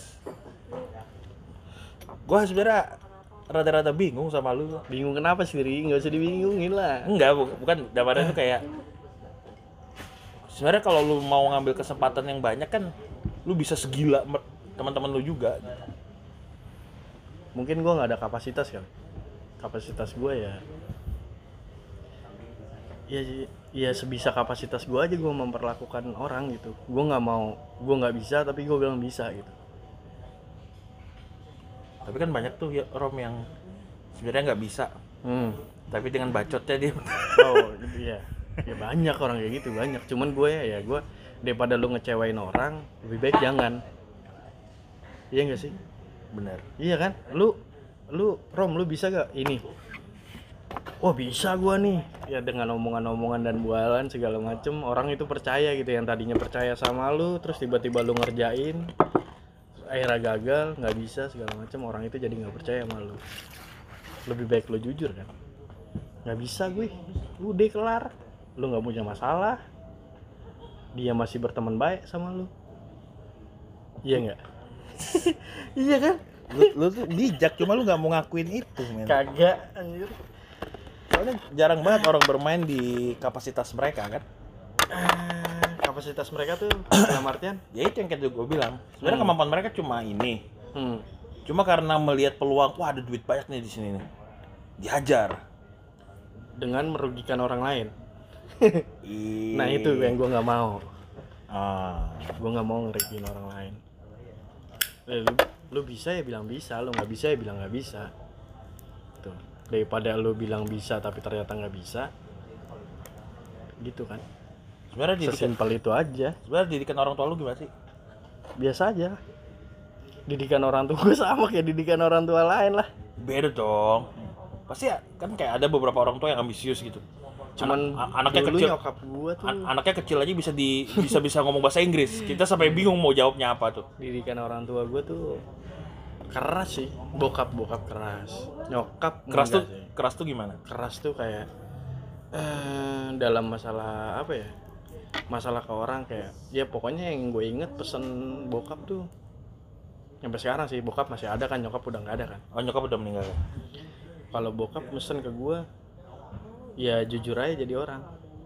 Speaker 1: Gue sebenarnya rada-rada bingung sama lu.
Speaker 2: Bingung kenapa sih, Ri? Nggak usah dibingungin lah.
Speaker 1: Enggak, bu- bukan damarnya tuh kayak sebenarnya kalau lu mau ngambil kesempatan yang banyak kan lu bisa segila mer- teman-teman lu juga.
Speaker 2: Mungkin gue nggak ada kapasitas kan. Kapasitas gue ya ya ya sebisa kapasitas gue aja gue memperlakukan orang gitu. Gue nggak mau, gue nggak bisa tapi gue bilang bisa gitu.
Speaker 1: Tapi kan banyak tuh ya Rom yang sebenarnya nggak bisa,
Speaker 2: Hmm.
Speaker 1: tapi dengan bacotnya dia
Speaker 2: Oh iya, ya banyak orang kayak gitu, banyak. Cuman gue ya, ya gue daripada lu ngecewain orang, lebih baik jangan. Iya nggak sih?
Speaker 1: bener.
Speaker 2: Iya kan? Lu, lu Rom, lu bisa gak ini? Wah bisa gua nih. Ya dengan omongan-omongan dan bualan segala macem, orang itu percaya gitu. Yang tadinya percaya sama lu, terus tiba-tiba lu ngerjain, akhirnya gagal, nggak bisa segala macem. Orang itu jadi nggak percaya sama lu. Lebih baik lu jujur kan? Nggak bisa gue, udah kelar. Lu nggak punya masalah, dia masih berteman baik sama lu. Iya nggak? Iya kan?
Speaker 1: Lu, lu tuh bijak, cuma lu nggak mau ngakuin itu, men.
Speaker 2: Kagak anjir.
Speaker 1: Soalnya jarang banget orang bermain di kapasitas mereka kan.
Speaker 2: Ah, kapasitas mereka tuh dalam artian
Speaker 1: Ya itu yang kayak gue bilang. Sebenarnya
Speaker 2: Hmm.
Speaker 1: kemampuan mereka cuma ini.
Speaker 2: Hmm.
Speaker 1: Cuma karena melihat peluang, wah ada duit banyak nih di sini nih, dihajar.
Speaker 2: Dengan merugikan orang lain.
Speaker 1: Ih.
Speaker 2: Nah itu yang gue nggak mau.
Speaker 1: Ah.
Speaker 2: Gue nggak mau ngerugiin orang lain. Eh, lu, lu bisa ya bilang bisa, lu nggak bisa ya bilang nggak bisa. Tuh. Daripada lu bilang bisa tapi ternyata nggak bisa, gitu kan?
Speaker 1: Sebenarnya didikan,
Speaker 2: Sesimpel itu aja.
Speaker 1: sebenarnya didikan orang tua lu gimana sih?
Speaker 2: Biasa aja. Didikan orang tua gue sama kayak didikan orang tua lain lah.
Speaker 1: Beda dong. Pasti ya, kan kayak ada beberapa orang tua yang ambisius gitu.
Speaker 2: Cuman
Speaker 1: Anak- anaknya
Speaker 2: dulu
Speaker 1: kecil,
Speaker 2: nyokap gue tuh
Speaker 1: an- anaknya kecil aja bisa di bisa bisa ngomong bahasa Inggris. Kita sampai bingung mau jawabnya apa tuh.
Speaker 2: didikan orang tua gue tuh keras sih. Bokap bokap keras. Nyokap
Speaker 1: Keras tuh,
Speaker 2: enggak sih.
Speaker 1: keras tuh gimana?
Speaker 2: Keras tuh kayak eh, dalam masalah apa ya? Masalah ke orang kayak ya pokoknya yang gue inget pesen bokap tuh sampai sekarang sih. Bokap masih ada kan, nyokap udah nggak ada kan.
Speaker 1: Oh, nyokap udah meninggal.
Speaker 2: Kalau bokap mesen ke gue ya jujur aja jadi orang.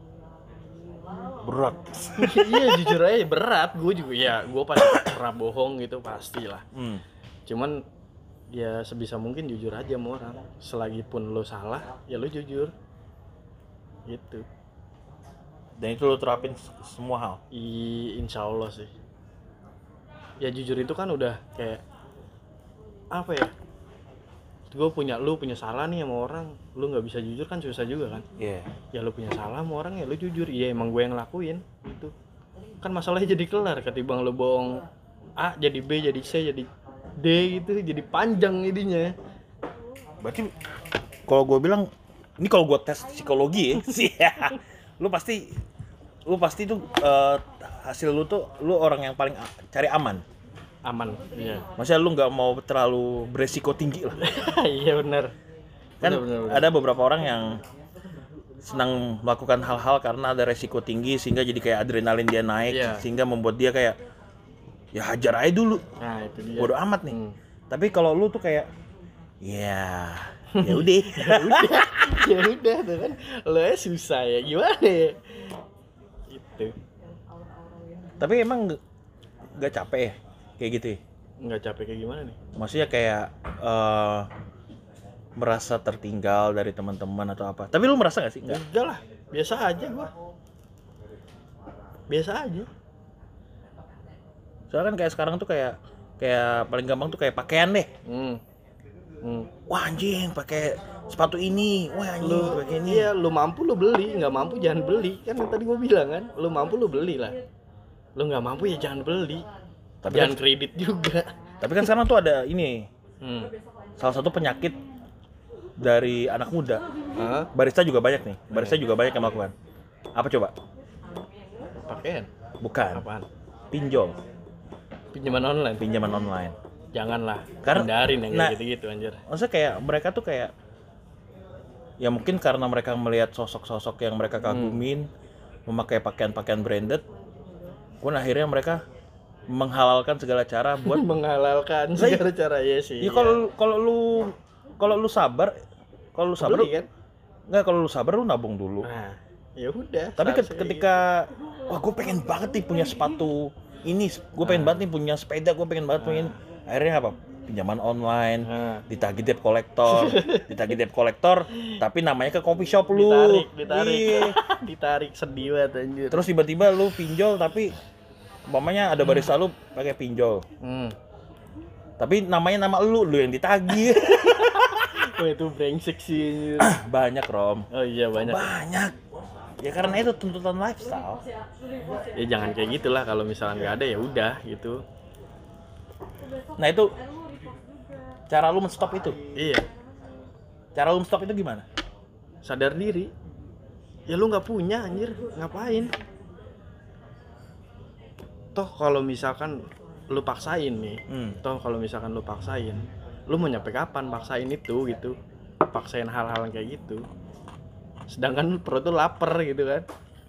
Speaker 1: Berat.
Speaker 2: Iya jujur aja berat. Gue juga ya gue pasti pernah bohong gitu pastilah.
Speaker 1: Hmm.
Speaker 2: Cuman ya sebisa mungkin jujur aja sama orang. Selagi pun lo salah ya lo jujur gitu.
Speaker 1: Dan itu lo terapin semua hal.
Speaker 2: I, insya Allah sih. Ya jujur itu kan udah kayak apa ya? Gue punya, lu punya salah nih sama orang, lu nggak bisa jujur kan susah juga kan?
Speaker 1: Iya.
Speaker 2: Ya
Speaker 1: Yeah.
Speaker 2: lu punya salah sama orang ya lu jujur. Iya emang gue yang lakuin gitu. Kan masalahnya jadi kelar ketimbang lu bohong A jadi B jadi C jadi D gitu, jadi panjang jadinya.
Speaker 1: Berarti kalau gue bilang ini kalau gue tes psikologi ya sih, lu pasti lu pasti tuh uh, hasil lu tuh lu orang yang paling a- cari aman.
Speaker 2: Aman. Iya.
Speaker 1: Maksudnya lu nggak mau terlalu beresiko tinggi lah.
Speaker 2: Iya benar.
Speaker 1: Kan
Speaker 2: Bener, bener, bener.
Speaker 1: ada beberapa orang yang senang melakukan hal-hal karena ada resiko tinggi sehingga jadi kayak adrenalin dia naik,
Speaker 2: Iya.
Speaker 1: sehingga membuat dia kayak ya hajar aja dulu.
Speaker 2: Nah itu dia.
Speaker 1: Bodoh amat nih.
Speaker 2: Hmm.
Speaker 1: Tapi kalau lu tuh kayak ya ya udah.
Speaker 2: Ya udah, ya udah tuh kan. Lo ya susah ya gimana ya? Itu.
Speaker 1: Tapi emang nggak- nggak capek ya kayak gitu ya?
Speaker 2: Nggak capek kayak gimana nih?
Speaker 1: Maksudnya kayak eh, merasa tertinggal dari teman-teman atau apa? Tapi lu merasa nggak sih? Nggak.
Speaker 2: Enggak lah, biasa aja gua. Biasa aja.
Speaker 1: Soalnya kan kayak sekarang tuh kayak kayak paling gampang tuh kayak pakaian deh.
Speaker 2: Hmm. Hmm.
Speaker 1: Wah anjing pakai sepatu ini, wah anjing
Speaker 2: Lu
Speaker 1: pakai ini.
Speaker 2: iya, lu mampu lu beli, nggak mampu jangan beli. Kan yang tadi gua bilang kan, lu mampu lu beli lah. Lu nggak mampu ya jangan beli.
Speaker 1: Tapi
Speaker 2: Jangan
Speaker 1: kan,
Speaker 2: kredit juga.
Speaker 1: tapi kan sekarang tuh ada ini
Speaker 2: Hmm.
Speaker 1: salah satu penyakit dari anak muda.
Speaker 2: Hah?
Speaker 1: Barista juga banyak nih, barista juga banyak yang melakukan. Apa coba?
Speaker 2: Pakaian?
Speaker 1: Bukan.
Speaker 2: Apaan?
Speaker 1: Pinjol,
Speaker 2: Pinjaman online.
Speaker 1: pinjaman online.
Speaker 2: Janganlah.
Speaker 1: Karena-
Speaker 2: Hindarin yang
Speaker 1: nah-
Speaker 2: kayak gitu-gitu anjir.
Speaker 1: Maksudnya kayak mereka tuh kayak ya mungkin karena mereka melihat sosok-sosok yang mereka kagumin memakai pakaian-pakaian branded, pun akhirnya mereka menghalalkan segala cara buat
Speaker 2: Menghalalkan
Speaker 1: Lah,
Speaker 2: segala cara ya sih.
Speaker 1: ya kalau kalau lu kalau lu sabar kalau lu sabar
Speaker 2: Beli kan?
Speaker 1: nggak kalau lu sabar lu nabung dulu.
Speaker 2: Nah, ya udah.
Speaker 1: Tapi ke-
Speaker 2: seharusnya
Speaker 1: ketika wah gue pengen banget nih punya sepatu ini, gue pengen banget nih punya sepeda, gue pengen banget punya ini. Akhirnya apa? Pinjaman online,
Speaker 2: Nah.
Speaker 1: ditagih debt collector, ditagih debt collector, tapi namanya ke coffee shop lu.
Speaker 2: ditarik, ditarik,
Speaker 1: Iya.
Speaker 2: ditarik sedih banget anjir.
Speaker 1: Terus tiba-tiba lu pinjol tapi umpamanya ada barista lu pakai pinjol.
Speaker 2: Hmm.
Speaker 1: Tapi namanya nama lu, lu yang ditagih.
Speaker 2: Wah itu brengsek sih anjir.
Speaker 1: Banyak, Rom.
Speaker 2: Oh iya banyak.
Speaker 1: Banyak. Ya karena itu tuntutan lifestyle.
Speaker 2: Ya jangan kayak gitulah kalau misalnya nggak ada ya udah gitu.
Speaker 1: Nah, itu cara lu menstop itu.
Speaker 2: Iya.
Speaker 1: Cara lu menstop itu gimana?
Speaker 2: Sadar diri. Ya lu nggak punya anjir, ngapain? Toh kalau misalkan lu paksain nih,
Speaker 1: Hmm.
Speaker 2: toh kalau misalkan lu paksain, lu mau nyampe kapan paksain itu gitu? Paksain hal-hal yang kayak gitu. Sedangkan perut tuh lapar gitu kan.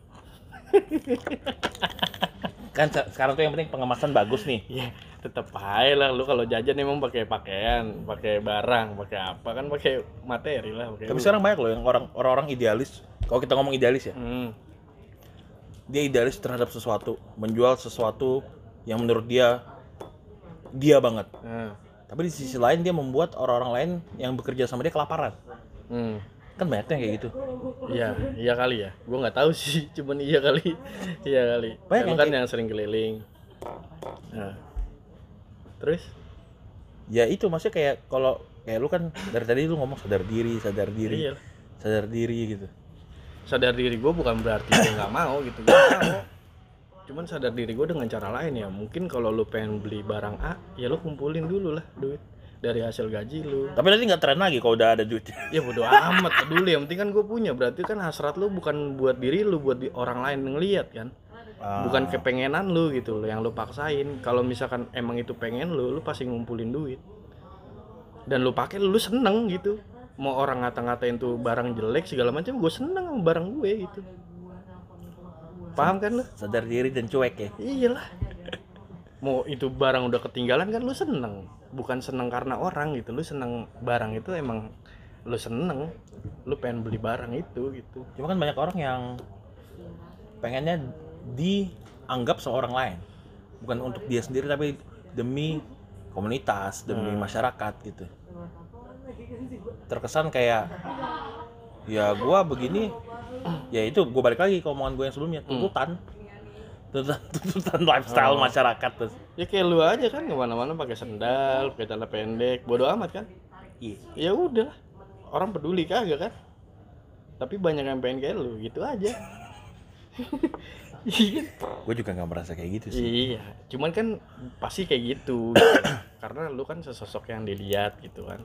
Speaker 1: Kan se- sekarang tuh yang penting pengemasan bagus nih.
Speaker 2: Ya, tetep aja lah lu kalau jajan emang pakai pakaian, pakai barang, pakai apa kan pakai materi lah, pakai.
Speaker 1: Tapi sekarang banyak loh yang orang orang-orang idealis. Kalau kita ngomong idealis ya,
Speaker 2: Hmm.
Speaker 1: dia idealis terhadap sesuatu, menjual sesuatu yang menurut dia dia banget.
Speaker 2: Nah,
Speaker 1: Tapi di sisi lain dia membuat orang-orang lain yang bekerja sama dia kelaparan.
Speaker 2: Hmm.
Speaker 1: Kan banyak tuh yang kayak gitu.
Speaker 2: Iya, iya kali ya. Gue nggak tahu sih, cuman iya kali, iya kali.
Speaker 1: Banyak
Speaker 2: Lu
Speaker 1: yang
Speaker 2: kan
Speaker 1: kayak-
Speaker 2: yang sering keliling. Nah, terus?
Speaker 1: Ya itu maksudnya kayak kalau kayak lu kan dari tadi lu ngomong sadar diri, sadar diri,
Speaker 2: Iya.
Speaker 1: sadar diri gitu.
Speaker 2: Sadar diri gue bukan berarti gue nggak mau gitu, gue mau. Cuman sadar diri gue dengan cara lain ya. Mungkin kalau lu pengen beli barang A, ya lu kumpulin dulu lah duit dari hasil gaji lu.
Speaker 1: Tapi nanti nggak tren lagi kalau udah ada duitnya.
Speaker 2: Ya bodo amat peduli, yang penting kan gue punya. Berarti kan hasrat lu bukan buat diri lu, buat di orang lain ngeliat kan.
Speaker 1: Ah.
Speaker 2: Bukan kepengenan lu gitu loh yang lu paksain. Kalau misalkan emang itu pengen lu, lu pasti ngumpulin duit. Dan lu pakai lu seneng gitu. Mau orang ngata-ngatain tuh barang jelek segala macam, gue seneng sama barang gue gitu. Paham kan lu?
Speaker 1: Sadar diri dan cuek ya.
Speaker 2: Iyalah. Mau itu barang udah ketinggalan kan lu seneng. Bukan seneng karena orang gitu. Lu seneng barang itu emang lu seneng. Lu pengen beli barang itu gitu.
Speaker 1: Cuma kan banyak orang yang pengennya dianggap seorang lain. Bukan untuk dia sendiri tapi demi komunitas, demi
Speaker 2: Hmm.
Speaker 1: masyarakat gitu. Terkesan kayak ya gua begini, ya itu gua balik lagi ke omongan gua yang sebelumnya, tuntutan. Tuntutan, tuntutan lifestyle
Speaker 2: Oh.
Speaker 1: masyarakat terus.
Speaker 2: Ya kayak lu aja kan kemana-mana pakai sendal, pakai celana pendek, bodo amat kan?
Speaker 1: Iya.
Speaker 2: Ya udah, orang peduli kagak kan? Tapi banyak yang pengen kayak lu, gitu aja. Iya.
Speaker 1: Gue juga nggak merasa kayak gitu sih.
Speaker 2: Iya, cuman kan pasti kayak gitu, gitu. Karena lu kan sesosok yang dilihat gitu kan.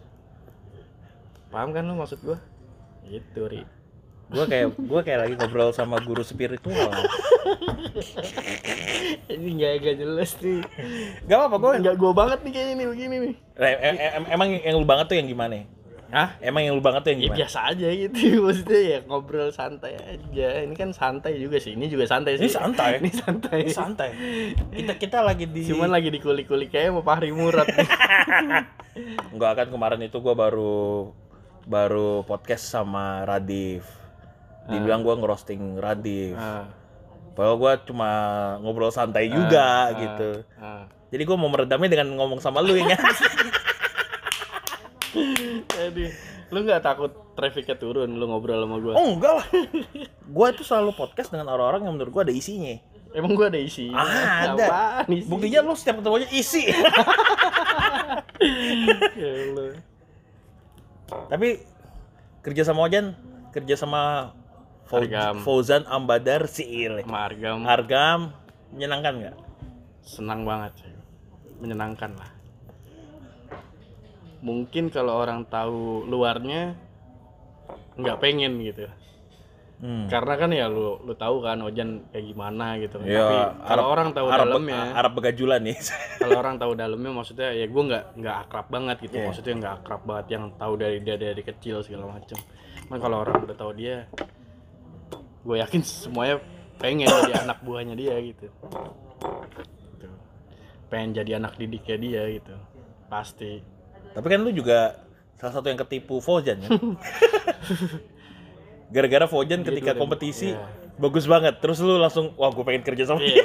Speaker 2: Paham kan lu maksud gua? Gitu, Ri.
Speaker 1: Gue kayak gue kayak lagi ngobrol sama guru spiritual.
Speaker 2: Ini enggak agak jelas nih.
Speaker 1: Gak apa-apa gue.
Speaker 2: Enggak gua banget nih kayaknya nih begini nih.
Speaker 1: Emang yang lu banget tuh yang gimana?
Speaker 2: Hah?
Speaker 1: Emang yang lu banget tuh yang
Speaker 2: Ya
Speaker 1: gimana?
Speaker 2: biasa aja gitu, maksudnya ya ngobrol santai aja. Ini kan santai juga sih, ini juga santai sih.
Speaker 1: Ini santai.
Speaker 2: Ini santai.
Speaker 1: Ini santai. Kita kita lagi di.
Speaker 2: Cuman lagi dikulik-kulik kayak mau Fahri Murad.
Speaker 1: Enggak kan kemarin itu gue baru baru podcast sama Radif. Dibilang gue ngerosting Radif.
Speaker 2: Ah,
Speaker 1: Padahal gue cuma ngobrol santai juga
Speaker 2: ah,
Speaker 1: gitu.
Speaker 2: ah.
Speaker 1: Jadi gue mau meredamnya dengan ngomong sama lu ya.
Speaker 2: Jadi, lu nggak takut trafficnya turun lu ngobrol sama gua?
Speaker 1: Oh enggak lah. Gue itu selalu podcast dengan orang-orang yang menurut gue ada isinya.
Speaker 2: Emang gua ada isi?
Speaker 1: Ah, ada.
Speaker 2: Apaan isi?
Speaker 1: Buktinya lu setiap ketemu aja isi.
Speaker 2: Ya Allah.
Speaker 1: Tapi kerja sama Ojan, kerja sama Fau-
Speaker 2: Argam.
Speaker 1: Fauzan Ambadar Siil.
Speaker 2: Sama Argam
Speaker 1: Argam menyenangkan nggak?
Speaker 2: senang banget sih. Menyenangkan lah. Mungkin kalau orang tahu luarnya nggak pengen gitu.
Speaker 1: Hmm.
Speaker 2: Karena kan ya lu lu tahu kan Ojan kayak gimana gitu.
Speaker 1: Ya,
Speaker 2: Tapi kalau
Speaker 1: Arab-
Speaker 2: orang tahu
Speaker 1: Arab,
Speaker 2: dalamnya,
Speaker 1: Arab begajulan nih.
Speaker 2: kalau orang tahu dalamnya maksudnya ya gue nggak nggak akrab banget gitu.
Speaker 1: Iya.
Speaker 2: Maksudnya nggak akrab banget yang tahu dari dia dari kecil segala macam. Cuman kalau orang udah tahu dia, gue yakin semuanya pengen jadi anak buahnya dia gitu. Gitu. Pengen jadi anak didiknya dia gitu. Pasti.
Speaker 1: Tapi kan lu juga salah satu yang ketipu Fauzan ya. Gara-gara Fauzan
Speaker 2: Dia
Speaker 1: ketika
Speaker 2: dulu-
Speaker 1: kompetisi
Speaker 2: iya.
Speaker 1: bagus banget. Terus lu langsung wah gue pengen kerja sama
Speaker 2: Iya.
Speaker 1: dia.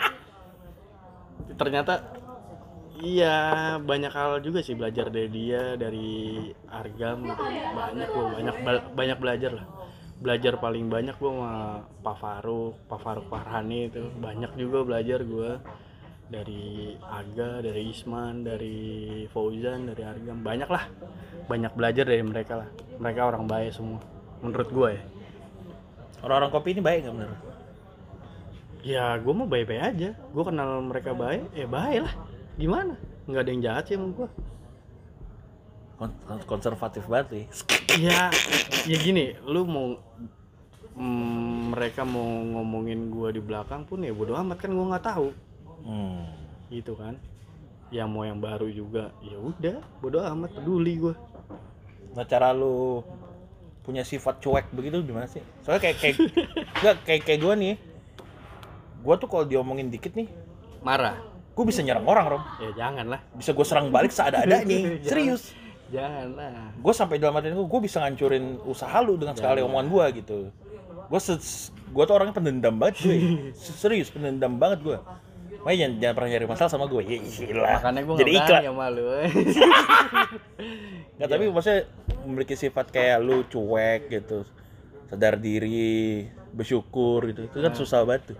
Speaker 2: Ternyata iya banyak hal juga sih belajar dari dia, dari Argam gitu. Banyak gua banyak bel- banyak belajar lah. Belajar paling banyak gua sama Pak Faruk, Pak Faruk Farhani itu. Banyak juga belajar gua dari Aga, dari Isman, dari Fauzan, dari Argam. Banyak lah. Banyak belajar dari mereka lah. Mereka orang baik semua menurut gua ya.
Speaker 1: Orang-orang kopi ini baik nggak bener?
Speaker 2: Ya gue mah baik-baik aja. Gue kenal mereka baik, ya baik lah. Gimana? Nggak ada yang jahat sih sama gue.
Speaker 1: Kon- kon- konservatif banget nih.
Speaker 2: Ya, ya gini, lu mau mm, mereka mau ngomongin gue di belakang pun ya bodo amat kan gue nggak tahu,
Speaker 1: Hmm.
Speaker 2: gitu kan. Yang mau yang baru juga, ya udah, bodo amat, peduli gue.
Speaker 1: Nah cara lu punya sifat cuek begitu gimana sih? Soalnya kayak kayak nggak kayak kayak gue nih. Gue tuh kalau diomongin dikit nih,
Speaker 2: Marah?
Speaker 1: gue bisa nyerang orang, Rom.
Speaker 2: Ya jangan lah,
Speaker 1: Bisa gue serang balik seada-adanya. Serius.
Speaker 2: jangan lah.
Speaker 1: Gue sampai dalam hati gue, gue bisa ngancurin usaha lu dengan sekali
Speaker 2: Jangan.
Speaker 1: omongan gue gitu. Gue gue tuh orangnya pendendam banget gue. Serius pendendam banget gue. Makanya jangan, jangan pernah nyari masalah sama gue. Ya iyalah.
Speaker 2: Makanya gue
Speaker 1: Jadi
Speaker 2: nggak
Speaker 1: iklan.
Speaker 2: berani sama lu.
Speaker 1: Nggak, tapi maksudnya memiliki sifat kayak lu cuek gitu, sadar diri, bersyukur gitu. Itu kan susah banget tuh.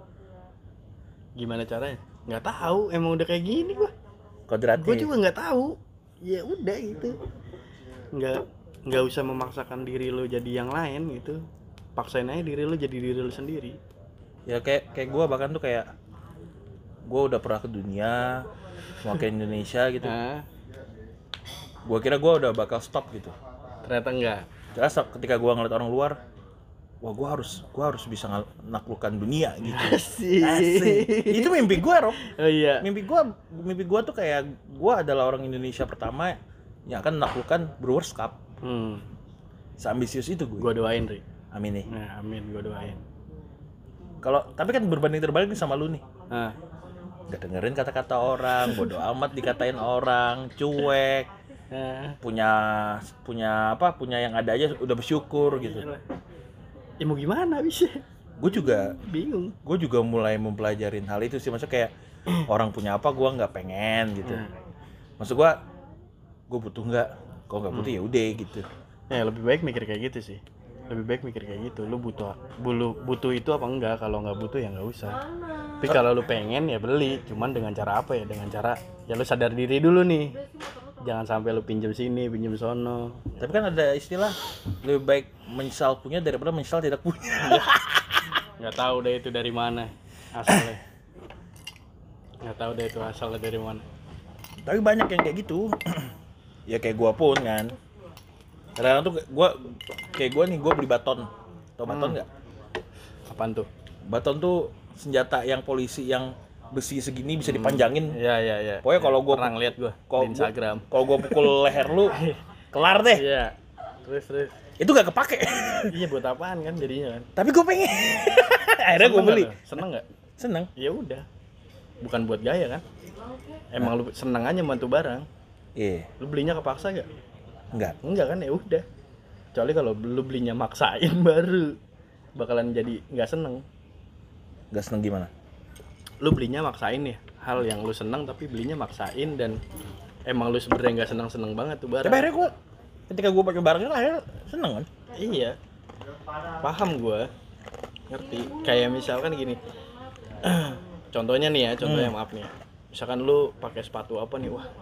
Speaker 2: Gimana caranya? Nggak tahu, emang udah kayak gini gua.
Speaker 1: Kodratnya.
Speaker 2: Gue juga nggak tahu. Ya udah gitu. Nggak nggak usah memaksakan diri lo jadi yang lain gitu. Paksain aja diri lo jadi diri lo sendiri.
Speaker 1: Ya kayak kayak gue bahkan tuh kayak gue udah pernah ke dunia, mau ke Indonesia gitu.
Speaker 2: Nah,
Speaker 1: Gue kira gue udah bakal stop gitu.
Speaker 2: ternyata enggak.
Speaker 1: Jelas ketika gue ngeliat orang luar, wah gue harus gue harus bisa menaklukkan dunia gitu.
Speaker 2: Asik.
Speaker 1: Asik. Itu mimpi gue, Rob.
Speaker 2: Oh iya.
Speaker 1: Mimpi gue mimpi gue tuh kayak gue adalah orang Indonesia pertama yang akan menaklukkan Brewers Cup.
Speaker 2: Hmm.
Speaker 1: Seambisius itu gue.
Speaker 2: Gua doain, Ri.
Speaker 1: Amin nih.
Speaker 2: Nah, amin, gua doain.
Speaker 1: Kalau tapi kan berbanding terbalik nih sama lu nih.
Speaker 2: Nah,
Speaker 1: Gak dengerin kata-kata orang, bodo amat dikatain orang, cuek,
Speaker 2: nah.
Speaker 1: punya punya apa? Punya yang ada aja udah bersyukur gitu.
Speaker 2: Ya mau gimana bisa?
Speaker 1: Gue juga
Speaker 2: Bingung.
Speaker 1: gue juga mulai mempelajarin hal itu sih. Maksudnya kayak orang punya apa gue nggak pengen gitu.
Speaker 2: Hmm.
Speaker 1: Maksud gue gue butuh nggak? Kalau nggak butuh ya udah gitu.
Speaker 2: Ya lebih baik mikir kayak gitu sih. Lebih baik mikir kayak gitu. Lu butuh bulu butuh itu apa enggak? Kalau nggak butuh ya nggak usah. Tapi kalau lu pengen ya beli. Cuman dengan cara apa ya? Dengan cara ya lu sadar diri dulu nih. Jangan sampai lu pinjam sini, pinjam sono.
Speaker 1: Tapi kan ada istilah lebih baik menyesal punya daripada menyesal tidak punya.
Speaker 2: Nggak tahu deh itu dari mana asalnya. Nggak tahu deh itu asalnya dari mana.
Speaker 1: Tapi banyak yang kayak gitu. Ya kayak gua pun kan. Kadang-kadang tuh gua kayak gua nih, gua beli baton. Tau baton nggak?
Speaker 2: Hmm. Apaan tuh?
Speaker 1: Baton tuh senjata yang polisi yang besi segini bisa dipanjangin.
Speaker 2: Iya iya iya.
Speaker 1: Pokoknya kalau gua
Speaker 2: pernah ngeliat gua
Speaker 1: kalau
Speaker 2: di Instagram.
Speaker 1: Gua, kalau gua pukul leher lu, kelar deh.
Speaker 2: Iya. Terus terus.
Speaker 1: Itu gak kepake.
Speaker 2: Iya buat apaan kan jadinya kan?
Speaker 1: Tapi gua pengen. Akhirnya gua
Speaker 2: Seneng
Speaker 1: beli.
Speaker 2: nggak lu? Seneng nggak?
Speaker 1: Seneng.
Speaker 2: Ya udah. Bukan buat gaya kan? Emang lu seneng aja bantu barang.
Speaker 1: Iya.
Speaker 2: Lu belinya kepaksa gak?
Speaker 1: Enggak.
Speaker 2: Enggak kan, ya udah. Kecuali kalau lu belinya maksain baru bakalan jadi nggak seneng.
Speaker 1: Enggak seneng gimana?
Speaker 2: Lu belinya maksain ya, hal yang lu seneng tapi belinya maksain dan emang lu sebenarnya nggak seneng-seneng banget tuh barang.
Speaker 1: Tapi akhirnya gua ketika gua pakai barangnya akhirnya seneng kan?
Speaker 2: Iya. Paham gua. Ngerti. Kayak misalkan gini. Contohnya nih ya, contohnya
Speaker 1: Hmm.
Speaker 2: maaf nih ya. Misalkan lu pakai sepatu apa nih, wah.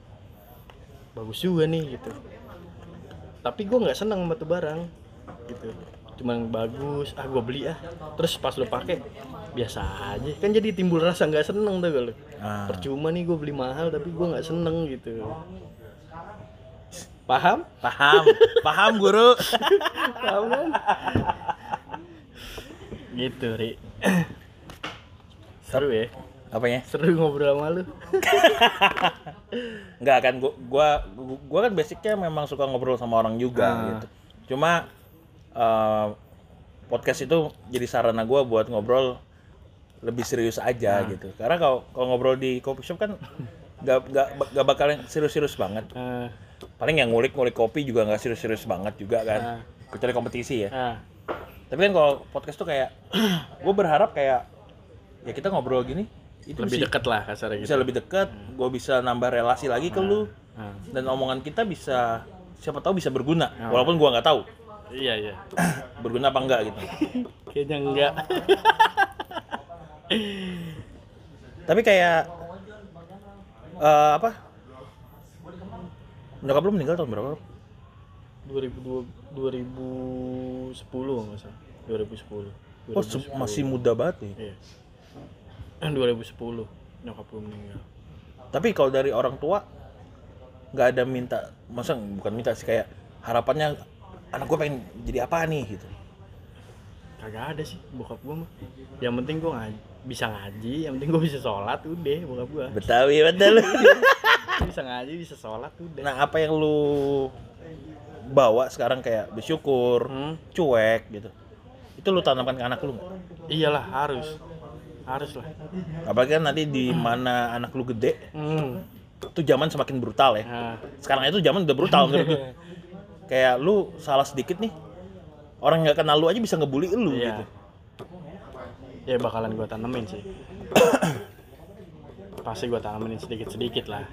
Speaker 2: Bagus juga nih gitu. Tapi gua nggak seneng sama tuh barang gitu. Cuman bagus, ah gua beli ah. Terus pas lu pakai biasa aja. Kan jadi timbul rasa nggak seneng tuh lu.
Speaker 1: Ah.
Speaker 2: Percuma nih gua beli mahal tapi gua nggak seneng gitu. Paham?
Speaker 1: Paham, paham guru.
Speaker 2: Paham kan? Gitu, Ri. Seru ya?
Speaker 1: Apanya?
Speaker 2: Seru ngobrol sama lu.
Speaker 1: Enggak kan, gua, gua gua kan basicnya memang suka ngobrol sama orang juga
Speaker 2: Ah.
Speaker 1: gitu. Cuma eh, podcast itu jadi sarana gua buat ngobrol lebih serius aja
Speaker 2: Ah.
Speaker 1: gitu. Karena kalau kalau ngobrol di coffee shop kan nggak nggak nggak bakal yang serius-serius banget.
Speaker 2: Ah,
Speaker 1: Paling yang ngulik-ngulik kopi juga nggak serius-serius banget juga kan.
Speaker 2: Ah.
Speaker 1: Kecuali kompetisi ya.
Speaker 2: ah,
Speaker 1: Tapi kan kalau podcast tuh kayak gue berharap kayak ya kita ngobrol gini itu
Speaker 2: lebih
Speaker 1: sih
Speaker 2: dekat lah kasarnya gitu.
Speaker 1: bisa lebih dekat, gue bisa nambah relasi lagi ke lu
Speaker 2: Ah.
Speaker 1: dan omongan kita bisa siapa tahu bisa berguna
Speaker 2: Ah.
Speaker 1: walaupun gua nggak tahu
Speaker 2: Iya, iya.
Speaker 1: berguna apa enggak gitu.
Speaker 2: Kayaknya enggak.
Speaker 1: Tapi kayak eh, apa? Nyokap lu meninggal tahun berapa?
Speaker 2: dua ribu dua dua ribu sepuluh enggak salah. dua ribu sepuluh.
Speaker 1: Oh, se- masih muda banget nih.
Speaker 2: Iya. dua ribu sepuluh nyokap lu meninggal.
Speaker 1: Tapi kalau dari orang tua nggak ada minta, masa bukan minta sih kayak harapannya anak gue pengen jadi apa nih gitu.
Speaker 2: Kagak ada sih bokap gua mah. Yang penting gua ngaji, bisa ngaji, yang penting gua bisa sholat udah bokap gua.
Speaker 1: Betawi betul.
Speaker 2: Bisa ngaji, bisa sholat udah.
Speaker 1: Nah, apa yang lu bawa sekarang kayak bersyukur,
Speaker 2: Hmm.
Speaker 1: cuek gitu. Itu lu tanamkan ke anak lu nggak?
Speaker 2: Iyalah harus. Harus lah.
Speaker 1: Apalagi kan nanti di mana anak lu gede,
Speaker 2: Hmm.
Speaker 1: tuh zaman semakin brutal ya.
Speaker 2: Nah,
Speaker 1: Sekarang itu zaman udah brutal menurut gue. Kayak lu salah sedikit nih, orang nggak kenal lu aja bisa ngebully lu
Speaker 2: iya.
Speaker 1: gitu.
Speaker 2: Ya bakalan gua tanemin sih. pasti gue tanamin sedikit-sedikit lah.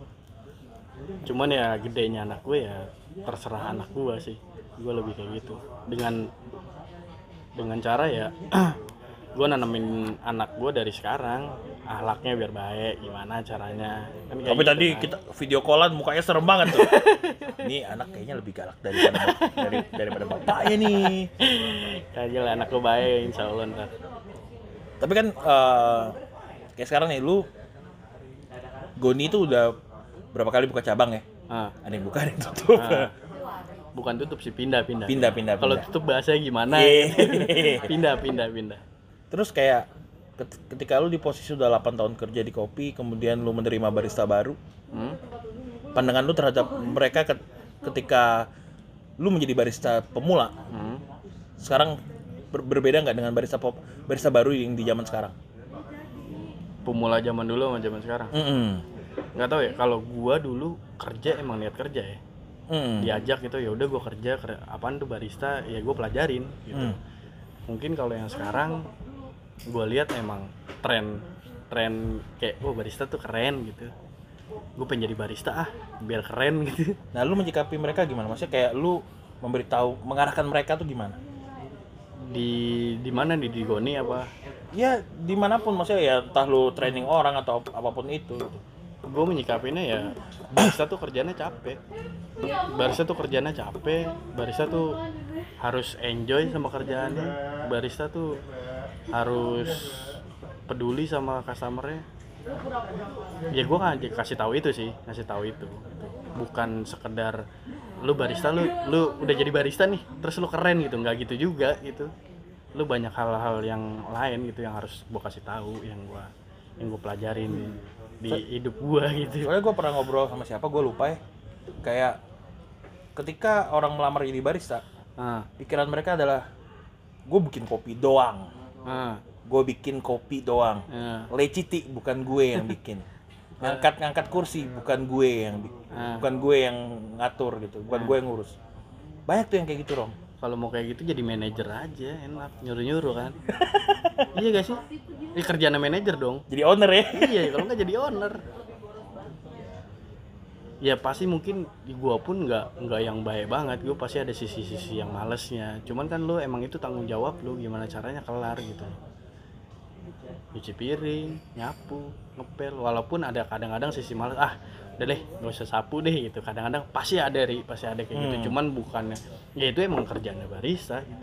Speaker 2: Cuman ya gedenya anak gue ya terserah anak gue sih. Gue lebih kayak gitu. Dengan dengan cara ya gue nanamin anak gue dari sekarang, akhlaknya biar baik, gimana caranya. Kan kayak
Speaker 1: Tapi
Speaker 2: gitu
Speaker 1: tadi
Speaker 2: kan.
Speaker 1: kita video callan mukanya serem banget tuh. Ini anak kayaknya lebih galak daripada dari, daripada bapaknya nih.
Speaker 2: Kayaknya lah anak gue baik, insya Allah ntar.
Speaker 1: Tapi kan eh, kayak sekarang nih lu Goni tuh udah berapa kali buka cabang ya?
Speaker 2: Ah,
Speaker 1: Ada yang buka, ada yang tutup.
Speaker 2: ah. Bukan tutup sih, pindah-pindah.
Speaker 1: Pindah, pindah,
Speaker 2: Kalau
Speaker 1: pindah.
Speaker 2: tutup bahasanya gimana?
Speaker 1: Yeay.
Speaker 2: pindah, pindah, pindah.
Speaker 1: Terus kayak ket- ketika lu di posisi udah delapan tahun kerja di kopi, kemudian lu menerima barista baru,
Speaker 2: Hmm?
Speaker 1: pandangan lu terhadap mereka ket- ketika lu menjadi barista pemula,
Speaker 2: Hmm?
Speaker 1: sekarang ber- berbeda nggak dengan barista pop, barista baru yang di zaman sekarang?
Speaker 2: Pemula zaman dulu sama zaman sekarang.
Speaker 1: Mm-mm.
Speaker 2: Nggak tahu ya, kalau gua dulu kerja emang niat kerja ya.
Speaker 1: Mm.
Speaker 2: Diajak gitu ya udah gua kerja, ker- apaan tuh barista, ya gua pelajarin gitu.
Speaker 1: Mm.
Speaker 2: Mungkin kalau yang sekarang gua lihat emang tren tren kayak oh barista tuh keren gitu. Gue pengen jadi barista ah, biar keren gitu.
Speaker 1: Nah, lu menyikapi mereka gimana? Maksudnya kayak lu memberitahu, mengarahkan mereka tuh gimana?
Speaker 2: Di di mana nih, di Goni apa?
Speaker 1: Ya, dimanapun, maksudnya ya entah lu training orang atau apapun itu.
Speaker 2: Gue menyikapinya ya barista tuh kerjanya capek. Barista tuh kerjanya capek. Barista tuh harus enjoy sama kerjaannya. Barista tuh harus peduli sama customernya. Ya gue kan kasih tahu itu sih, kasih tahu itu. Bukan sekedar lu barista, lu lu udah jadi barista nih, terus lu keren gitu, nggak gitu juga gitu. Lu banyak hal-hal yang lain gitu yang harus gue kasih tahu, yang gue yang gue pelajarin di hidup gue gitu.
Speaker 1: Soalnya gue pernah ngobrol sama siapa, gue lupa ya. Kayak ketika orang melamar jadi barista,
Speaker 2: Ah,
Speaker 1: pikiran mereka adalah gue bikin kopi doang.
Speaker 2: ah,
Speaker 1: Gue bikin kopi doang.
Speaker 2: ah,
Speaker 1: Leciti bukan gue yang bikin. Ngangkat-ngangkat kursi bukan gue yang bikin.
Speaker 2: ah.
Speaker 1: Bukan gue yang ngatur gitu, bukan gue yang ngurus. Banyak tuh yang kayak gitu, Rom.
Speaker 2: Kalau mau kayak gitu jadi manajer aja, enak, nyuruh-nyuruh kan. Iya gak sih? Ini kerjaan manajer dong.
Speaker 1: Jadi owner ya.
Speaker 2: Iya, kalau nggak jadi owner. Ya pasti mungkin gua pun nggak nggak yang baik banget, gua pasti ada sisi-sisi yang malesnya. Cuman kan lu emang itu tanggung jawab lu, gimana caranya kelar gitu. Cuci piring, nyapu, ngepel. Walaupun ada kadang-kadang sisi males, ah udah deh nggak usah sapu deh gitu. Kadang-kadang pasti ada ri, pasti ada kayak
Speaker 1: Hmm.
Speaker 2: gitu. Cuman bukannya, ya itu emang kerjanya barista gitu.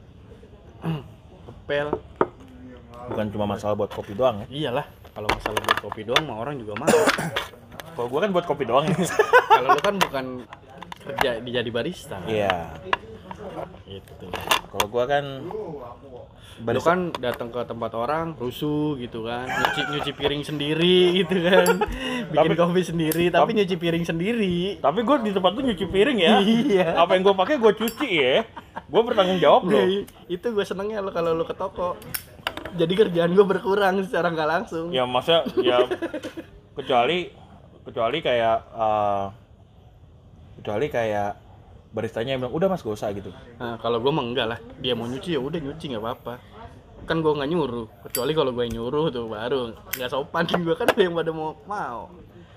Speaker 2: Ngepel,
Speaker 1: Bukan cuma masalah buat kopi doang ya.
Speaker 2: iyalah. Kalau masalah buat kopi doang, mah orang juga mau.
Speaker 1: Kalau gue kan buat kopi doang ya.
Speaker 2: Kalau lu kan bukan kerja di jadi barista.
Speaker 1: Iya.
Speaker 2: Gitu.
Speaker 1: Kalau gue kan
Speaker 2: Lu kan datang ke tempat orang, rusuh gitu kan, nyuci nyuci piring sendiri gitu kan, bikin
Speaker 1: Tapi-
Speaker 2: kopi sendiri, tapi,
Speaker 1: tapi-
Speaker 2: nyuci piring sendiri.
Speaker 1: Tapi gue di tempat tuh nyuci piring ya.
Speaker 2: Iya.
Speaker 1: Apa yang gue pakai gue cuci ya. Gue bertanggung jawab loh.
Speaker 2: Nah, itu gue senengnya lo kalau lu ke toko. Jadi kerjaan gue berkurang secara nggak langsung.
Speaker 1: Ya maksudnya ya kecuali kecuali kayak eh, kecuali kayak baristanya yang bilang udah mas gak usah gitu.
Speaker 2: Nah, kalau gue mah enggak lah. Dia mau nyuci ya udah nyuci nggak apa-apa. Kan gue nggak nyuruh. Kecuali kalau gue yang nyuruh tuh baru nggak sopan. Gue kan ada yang pada mau mau.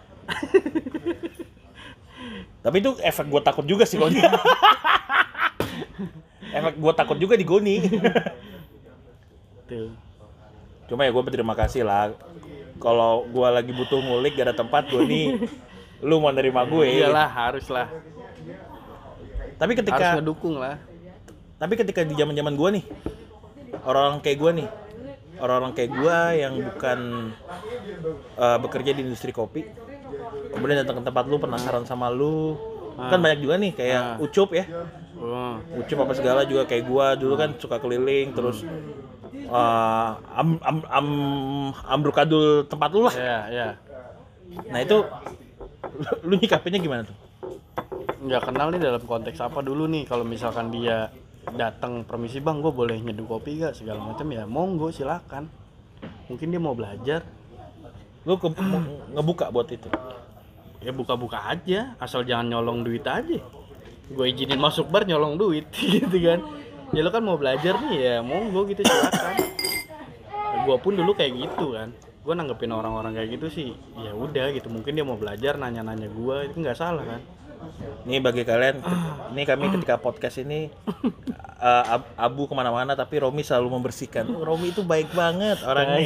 Speaker 1: Tapi itu efek gue takut juga sih Goni. Efek gue takut juga di Goni.
Speaker 2: Tuh.
Speaker 1: Cuma ya gue berterima kasih lah. Kalau gue lagi butuh ngulik gak ada tempat Goni, lu mau nerima gue.
Speaker 2: Iyalah, harus lah.
Speaker 1: Tapi
Speaker 2: Harus
Speaker 1: ketika
Speaker 2: ngedukung lah.
Speaker 1: tapi ketika di zaman-zaman gue nih, orang-orang kayak gue nih, orang-orang kayak gue yang bukan eh, bekerja di industri kopi, kemudian datang ke tempat lu penasaran sama lu, kan banyak juga nih kayak
Speaker 2: Ah.
Speaker 1: Ucup ya,
Speaker 2: Oh.
Speaker 1: Ucup apa segala juga kayak gue dulu kan suka keliling terus eh, am, am, am, ambrukadul tempat lu lah.
Speaker 2: Ya, ya.
Speaker 1: Nah itu lu, lu nyikapinnya gimana tuh?
Speaker 2: Nggak kenal nih dalam konteks apa dulu nih. Kalau misalkan dia datang, permisi bang, gue boleh nyeduh kopi gak? Segala macam ya, monggo silakan. Mungkin dia mau belajar,
Speaker 1: Lu ke, ngebuka buat itu?
Speaker 2: ya buka-buka aja, asal jangan nyolong duit aja. Gue izinin masuk bar nyolong duit, gitu kan? Ya lo kan mau belajar nih ya, monggo gitu silakan. Gue pun dulu kayak gitu kan. gue nanggepin orang-orang kayak gitu sih ya udah gitu, mungkin dia mau belajar nanya-nanya gue, itu nggak salah kan.
Speaker 1: Ini bagi kalian, ini kami ketika podcast ini uh, ab- Abu kemana-mana tapi Romi selalu membersihkan. Oh, Romi itu baik banget orangnya.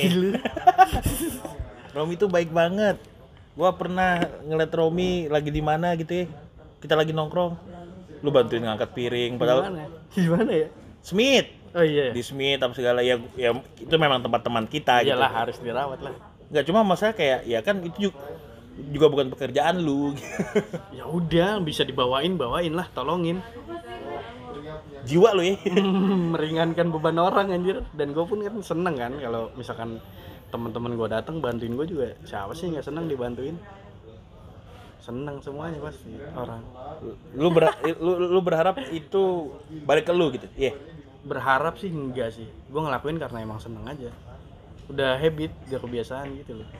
Speaker 1: Romi itu baik banget. Gua pernah ngeliat Romi lagi di mana gitu ya. Kita lagi nongkrong, lu bantuin ngangkat piring. Padahal
Speaker 2: Gimana? Gimana ya?
Speaker 1: Smith.
Speaker 2: Oh iya.
Speaker 1: Di Smith apa segala ya, ya itu memang tempat teman kita gitu.
Speaker 2: Iyalah harus dirawat lah.
Speaker 1: Nggak cuma masalah kayak ya kan itu juga, juga bukan pekerjaan lu.
Speaker 2: Ya udah bisa dibawain, bawain lah, tolongin.
Speaker 1: Jiwa lu ya.
Speaker 2: Meringankan beban orang anjir. Dan gue pun kan seneng kan kalau misalkan teman-teman gue datang bantuin gue juga. Siapa sih nggak seneng dibantuin? Seneng semuanya pasti orang.
Speaker 1: Lu, ber, lu lu berharap itu balik ke lu gitu. Iya. Yeah.
Speaker 2: Berharap sih enggak sih. Gue ngelakuin karena emang seneng aja. Udah habit, udah kebiasaan gitu loh.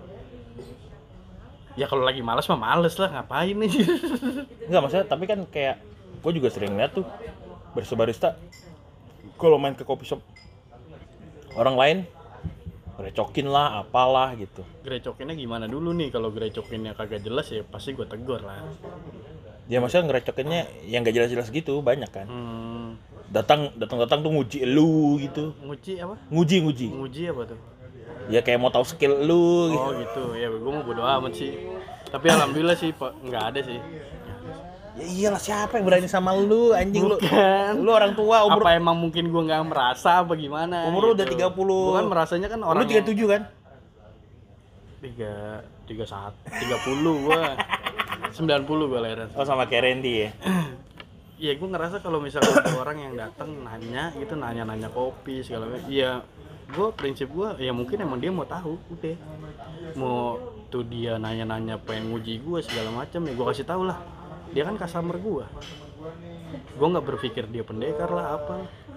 Speaker 2: Ya kalau lagi malas mah males lah, ngapain nih.
Speaker 1: Enggak maksudnya, tapi kan kayak gue juga sering lihat tuh barista-barista kalau main ke coffee shop orang lain grecokin lah, apalah gitu.
Speaker 2: Grecokinnya gimana dulu nih? Kalau grecokinnya kagak jelas ya pasti gue tegur lah.
Speaker 1: Ya maksudnya ngerecokinnya yang gak jelas-jelas gitu banyak kan.
Speaker 2: Hmm,
Speaker 1: Datang datang-datang tuh nguji lu gitu.
Speaker 2: nguji apa?
Speaker 1: Nguji nguji.
Speaker 2: Nguji apa tuh?
Speaker 1: Ya kayak mau tahu skill lu gitu.
Speaker 2: Oh gitu, ya gue mau bodo amat sih. Tapi alhamdulillah sih pak, nggak ada sih.
Speaker 1: Ya iyalah, siapa yang berani sama lu anjing.
Speaker 2: Bukan.
Speaker 1: Lu. Lu orang tua umur.
Speaker 2: Apa emang mungkin gue nggak merasa apa gimana?
Speaker 1: Umur lu udah
Speaker 2: gitu.
Speaker 1: tiga puluh.
Speaker 2: Bukan merasanya kan orang.
Speaker 1: Lu tiga puluh tujuh kan?
Speaker 2: Tiga tiga satu tiga puluh gue. Sembilan puluh gue lahiran.
Speaker 1: Oh sama kayak Randy ya.
Speaker 2: Iya gue ngerasa kalau misalnya ada orang yang datang nanya gitu, nanya-nanya kopi segala macam. Iya, gue prinsip gue ya mungkin emang dia mau tahu, udah. Mau tuh dia nanya-nanya pengen nguji gue segala macam ya gue kasih tahu lah. Dia kan customer gue. Gue nggak berpikir dia pendekar lah apa.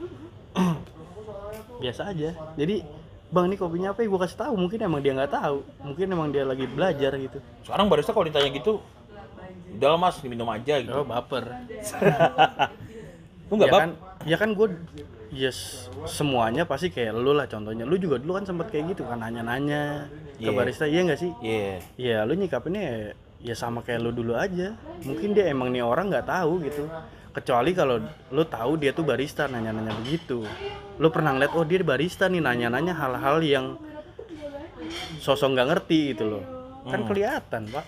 Speaker 2: Biasa aja. Jadi bang ini kopinya apa ya gue kasih tahu. Mungkin emang dia nggak tahu. Mungkin emang dia lagi belajar gitu.
Speaker 1: Sekarang barista kalau ditanya gitu, udah lah mas, minum aja gitu.
Speaker 2: Oh baper.
Speaker 1: Lu nggak
Speaker 2: ya
Speaker 1: bab?
Speaker 2: kan, ya kan gue yes semuanya pasti kayak lu lah contohnya. Lu juga dulu kan sempat kayak gitu kan nanya-nanya ke
Speaker 1: Yeah.
Speaker 2: barista, iya nggak sih?
Speaker 1: Iya.
Speaker 2: Ya lu nyikapinnya ya, ya sama kayak lu dulu aja. Mungkin dia emang nih orang nggak tahu gitu. Kecuali kalau lu tahu dia tuh barista nanya-nanya begitu. Lu pernah ngeliat oh dia barista nih nanya-nanya hal-hal yang sosok nggak ngerti gitu loh. Kan
Speaker 1: Hmm.
Speaker 2: kelihatan pak.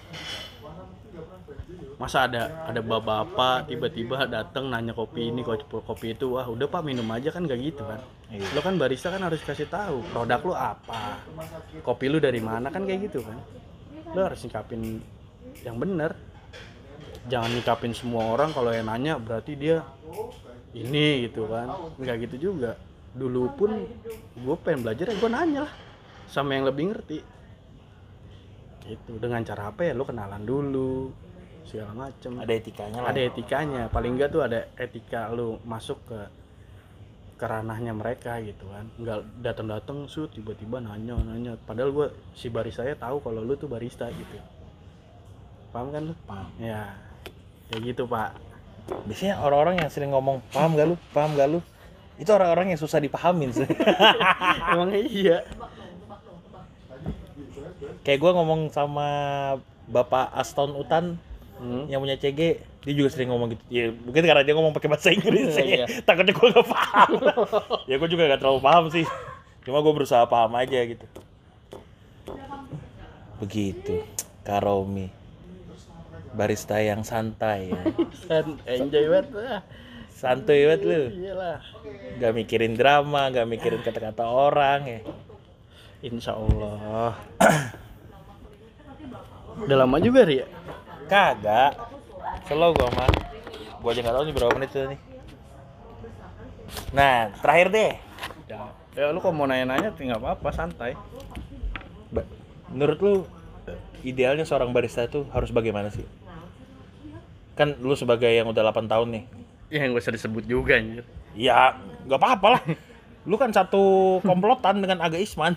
Speaker 2: Masa ada ada bapak-bapak tiba-tiba datang nanya kopi ini kopi, kopi itu, wah udah pak minum aja, kan gak gitu kan.
Speaker 1: Iya.
Speaker 2: Lo kan barista kan harus kasih tahu produk lo apa, kopi lu dari mana, kan kayak gitu kan. Lo harus nyikapin yang bener, jangan nyikapin semua orang kalau yang nanya berarti dia ini gitu kan, nggak gitu juga. Dulu pun gue pengen belajar ya gue nanya lah sama yang lebih ngerti gitu. Dengan cara apa ya, lo kenalan dulu segala macem,
Speaker 1: Ada etikanya lah.
Speaker 2: ada etikanya, paling enggak tuh ada etika lu masuk ke ke ranahnya mereka gitu kan. Enggak datang-datang su tiba-tiba nanya nanya padahal gua si barista saya tahu kalau lu tuh barista gitu. Paham kan lu?
Speaker 1: Paham.
Speaker 2: Ya kayak gitu pak.
Speaker 1: Biasanya orang-orang yang sering ngomong paham gak lu, paham gak lu, itu orang-orang yang susah dipahamin sih.
Speaker 2: Emang iya.
Speaker 1: Kayak gue ngomong sama Bapak Aston Utan
Speaker 2: Hmm.
Speaker 1: yang punya C G, dia juga sering ngomong gitu. Ya mungkin karena dia ngomong pakai bahasa Inggris
Speaker 2: Iya.
Speaker 1: ya. Takutnya gue gak paham. Ya gue juga gak terlalu paham sih. Cuma gue berusaha paham aja gitu. Begitu Kak Romi, barista yang santai ya.
Speaker 2: San- enjoy banget lah.
Speaker 1: Santuy banget lu.
Speaker 2: Iyalah.
Speaker 1: Gak mikirin drama, gak mikirin kata-kata orang ya.
Speaker 2: Insya Allah. Udah lama juga Ria.
Speaker 1: Kagak. Slow gua mah. Gua aja gak tau nih berapa menit tuh nih. Nah, terakhir deh.
Speaker 2: Ya, ya lu kok mau nanya-nanya tinggal apa-apa, santai.
Speaker 1: Ba- Menurut lu idealnya seorang barista itu harus bagaimana sih? Kan lu sebagai yang udah delapan tahun nih.
Speaker 2: Ya nggak usah disebut juga anjir.
Speaker 1: Ya, gak apa-apa lah. Lu kan satu komplotan dengan Aga Isman.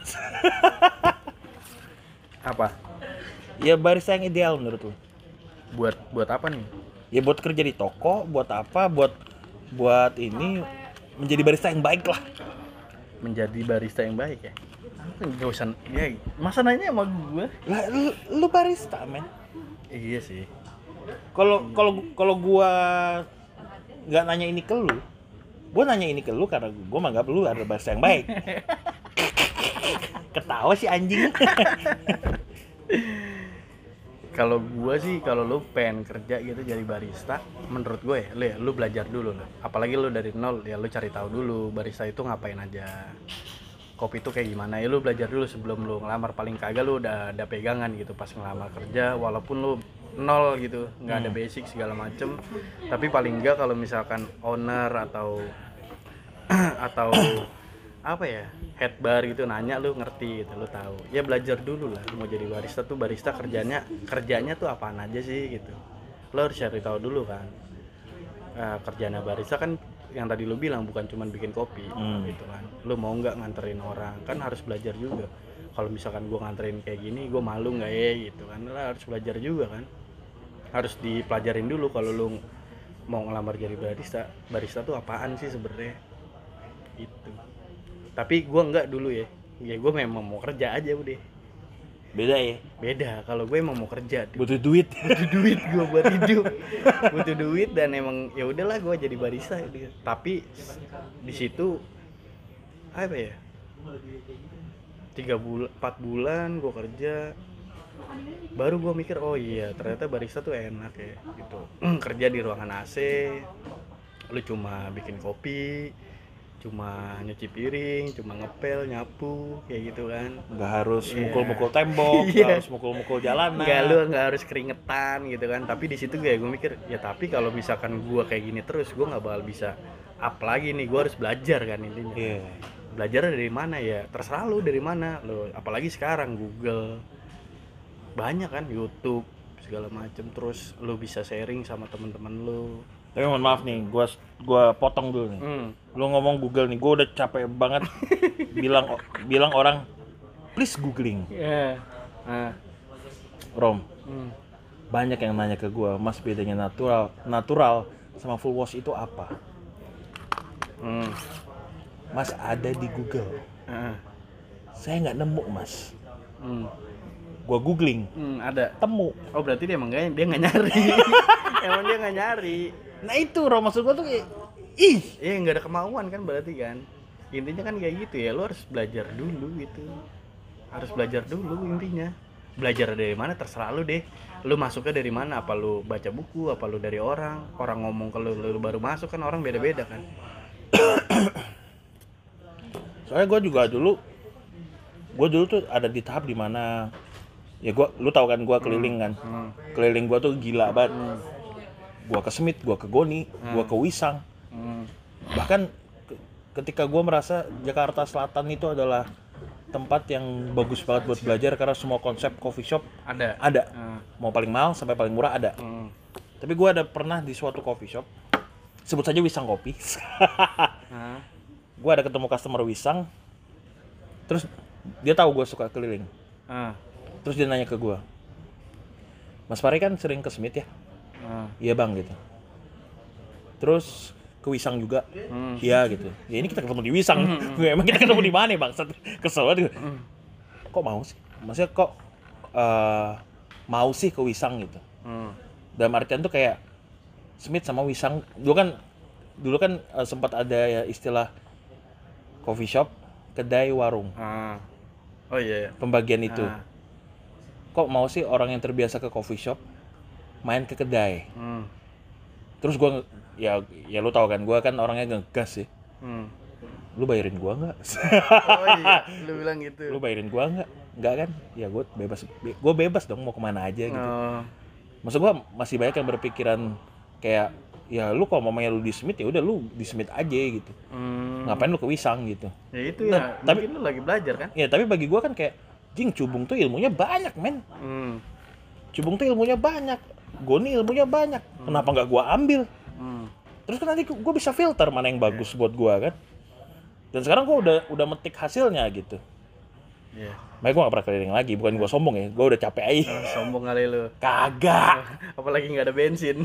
Speaker 2: Apa?
Speaker 1: Ya barista yang ideal menurut lu.
Speaker 2: Buat buat apa nih?
Speaker 1: Ya buat kerja di toko, buat apa? Buat buat ini menjadi barista yang baik lah.
Speaker 2: Menjadi barista yang baik ya. Nggak usah, ya masa nanya sama gue?
Speaker 1: Lah lu, lu barista men.
Speaker 2: Iya sih.
Speaker 1: Kalau kalau kalau gua nggak nanya ini ke lu, gua nanya ini ke lu karena gua menganggap lu adalah barista yang baik. Ketawa sih anjing.
Speaker 2: Kalau gue sih, kalau lu pengen kerja gitu jadi barista, menurut gue, lu ya, lu belajar dulu lah. Apalagi lu dari nol, ya lu cari tahu dulu barista itu ngapain aja, kopi itu kayak gimana. Ya lu belajar dulu sebelum lu ngelamar. Paling kagak lu udah ada pegangan gitu pas ngelamar kerja, walaupun lu nol gitu, nggak ada basic segala macem. Tapi paling enggak kalau misalkan owner atau atau apa ya, head bar gitu nanya, lu ngerti gitu, lu tahu. Ya belajar dulu lah, mau jadi barista tuh, barista kerjanya kerjanya tuh apaan aja sih gitu. Lo harus cari tahu dulu kan. Uh, kerjanya barista kan yang tadi lu bilang bukan cuma bikin kopi
Speaker 1: hmm.
Speaker 2: gitu kan. Lu mau nggak nganterin orang, kan harus belajar juga. Kalau misalkan gua nganterin kayak gini, gua malu nggak ya gitu kan. Lo harus belajar juga kan. Harus dipelajarin dulu kalau lu mau ngelamar jadi barista. Barista tuh apaan sih sebenarnya? Itu. Tapi gue enggak dulu ya, ya gue memang mau kerja aja udah.
Speaker 1: Beda ya?
Speaker 2: Beda, kalau gue emang mau kerja.
Speaker 1: Butuh duit.
Speaker 2: Butuh duit gue buat hidup. Butuh duit dan emang ya udahlah gue jadi barista. Tapi di situ apa ya? Tiga bulan, empat bulan gue kerja, baru gue mikir oh iya ternyata barista tuh enak ya gitu. Kerja di ruangan A C, lu cuma bikin kopi, cuma nyuci piring, cuma ngepel, nyapu, kayak gitu kan.
Speaker 1: Nggak harus
Speaker 2: yeah.
Speaker 1: mukul-mukul tembok, nggak
Speaker 2: yeah.
Speaker 1: harus mukul-mukul jalanan.
Speaker 2: Nggak, lu nggak harus keringetan gitu kan. Tapi di situ gue gue mikir, ya tapi kalau misalkan gue kayak gini terus, gue nggak bakal bisa up lagi nih. Gue harus belajar kan intinya.
Speaker 1: Yeah.
Speaker 2: Belajar dari mana ya? Terserah lu dari mana. Lu apalagi sekarang Google banyak kan, YouTube segala macem. Terus lu bisa sharing sama teman-teman lu.
Speaker 1: Tapi mohon maaf nih, gua gua potong dulu nih. Hmm. Lu ngomong Google nih, gua udah capek banget bilang bilang orang please googling.
Speaker 2: Iya. Yeah. Uh.
Speaker 1: Rom.
Speaker 2: Hmm.
Speaker 1: Banyak yang nanya ke gua, "Mas, bedanya natural natural sama full wash itu apa?"
Speaker 2: Hmm.
Speaker 1: Mas, ada di Google.
Speaker 2: Uh.
Speaker 1: Saya nggak nemu, Mas.
Speaker 2: Hmm.
Speaker 1: Gua googling.
Speaker 2: Hmm, ada.
Speaker 1: Temu.
Speaker 2: Oh, berarti dia emang gak, dia nggak nyari. Emang dia nggak nyari.
Speaker 1: Nah itu Rom, maksud gua tuh kayak ih,
Speaker 2: iya nggak ada kemauan kan berarti kan. Intinya kan kayak gitu ya, lo harus belajar dulu gitu. Harus belajar dulu intinya. Belajar dari mana terserah lu deh. Lu masuknya dari mana? Apa lu baca buku, apa lu dari orang? Orang ngomong ke lu, lu baru masuk kan, orang beda-beda kan.
Speaker 1: Soalnya gua juga dulu gua dulu tuh ada di tahap di mana ya gua, lu tahu kan gua keliling kan. Hmm. Keliling gua tuh gila banget. Hmm. Gua ke Smith, gua ke Goni, hmm. gua ke Wisang. Hmm. Bahkan ketika gua merasa Jakarta Selatan itu adalah tempat yang bagus banget buat belajar karena semua konsep coffee shop
Speaker 2: ada.
Speaker 1: Ada.
Speaker 2: Hmm.
Speaker 1: Mau paling mahal sampai paling murah ada. Hmm. Tapi gua ada pernah di suatu coffee shop, sebut saja Wisang Kopi. hmm. Gua ada ketemu customer Wisang. Terus dia tahu gua suka keliling. Hmm. Terus dia nanya ke gua, "Mas Fahri kan sering ke Smith ya?" Hmm. "Iya bang," gitu. Terus ke Wisang juga? Hmm. "Iya," gitu. "Ya ini kita ketemu di Wisang." Hmm. Emang kita ketemu di mana bang? Kesel banget. Hmm. Kok mau sih? Maksudnya kok uh, mau sih ke Wisang gitu? Hmm. Dalam artian tuh kayak Smith sama Wisang dulu kan dulu kan uh, sempat ada ya istilah coffee shop, kedai, warung. Hmm.
Speaker 2: Oh iya. Yeah.
Speaker 1: Pembagian itu. Hmm. Kok mau sih orang yang terbiasa ke coffee shop main ke kedai? Hmm. Terus gue ya ya lu tahu kan gue kan orangnya ngegas sih. Hmm. Lu bayarin gue nggak?
Speaker 2: Oh iya, lu bilang gitu.
Speaker 1: Lu bayarin gue nggak? Nggak kan? Ya gue bebas, gue bebas dong mau kemana aja gitu. Oh. Maksud gue masih banyak yang berpikiran kayak ya lu kalau mamanya lu di Smith ya udah lu di Smith aja gitu. Hmm. Ngapain lu ke Wisang gitu?
Speaker 2: Ya itu ya. Nah, tapi lu lagi belajar kan?
Speaker 1: Ya tapi bagi gue kan kayak jing, Cubung tuh ilmunya banyak men. Hmm. Cubung tuh ilmunya banyak, Goni ilmunya banyak. Hmm. Kenapa nggak gue ambil? Hmm. Terus kan nanti gue bisa filter mana yang bagus yeah. buat gue kan. Dan sekarang gue udah udah metik hasilnya gitu. Iya. Yeah. Makanya gue gak pernah keliling lagi, bukan gue sombong ya, gue udah capek aja.
Speaker 2: Oh, sombong kali lu.
Speaker 1: Kagak.
Speaker 2: Apalagi nggak ada bensin.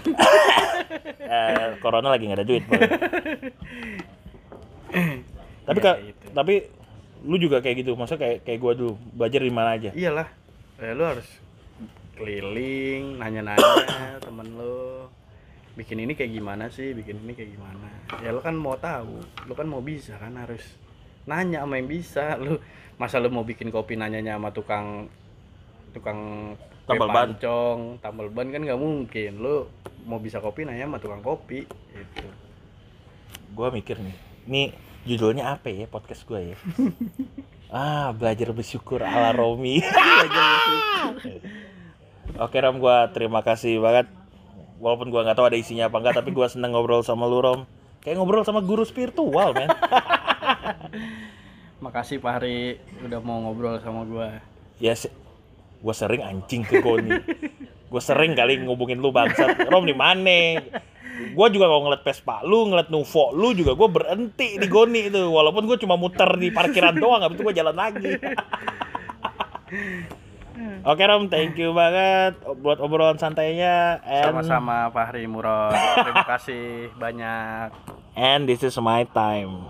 Speaker 1: eh, corona lagi nggak ada duit. Tapi
Speaker 2: ya,
Speaker 1: ka, tapi Lu juga kayak gitu, masa kayak kayak gua dulu belajar di mana aja.
Speaker 2: Iyalah, eh, lu harus keliling, nanya-nanya temen lu, bikin ini kayak gimana sih, bikin ini kayak gimana. Ya lu kan mau tahu, lu kan mau bisa kan, harus nanya sama yang bisa. Lu masa lu mau bikin kopi nanyanya sama tukang tukang kue
Speaker 1: Tambal ban.
Speaker 2: pancong, tambal ban kan nggak mungkin. Lu mau bisa kopi nanya sama tukang kopi gitu.
Speaker 1: Gua mikir nih, ini judulnya apa ya podcast gua ya? Ah, belajar bersyukur ala Romi. Oke Rom, gua terima kasih banget. Walaupun gua nggak tahu ada isinya apa enggak, tapi gua seneng ngobrol sama lu Rom. Kayak ngobrol sama guru spiritual, men.
Speaker 2: Makasih Pak Hari udah mau ngobrol sama gua.
Speaker 1: Ya, se- gua sering anjing ke Goni. Gua sering kali ngubungin lu bangsat. Rom di mana? Gua juga kalau ngeliat Vespa lu, ngeliat Nuvo lu juga gua berhenti di Goni itu. Walaupun gua cuma muter di parkiran doang, habis itu gua jalan lagi. Oke Rom, thank you banget buat obrolan santainya. And,
Speaker 2: Sama-sama Pak Hari Murad. Terima kasih banyak.
Speaker 1: and this is my time.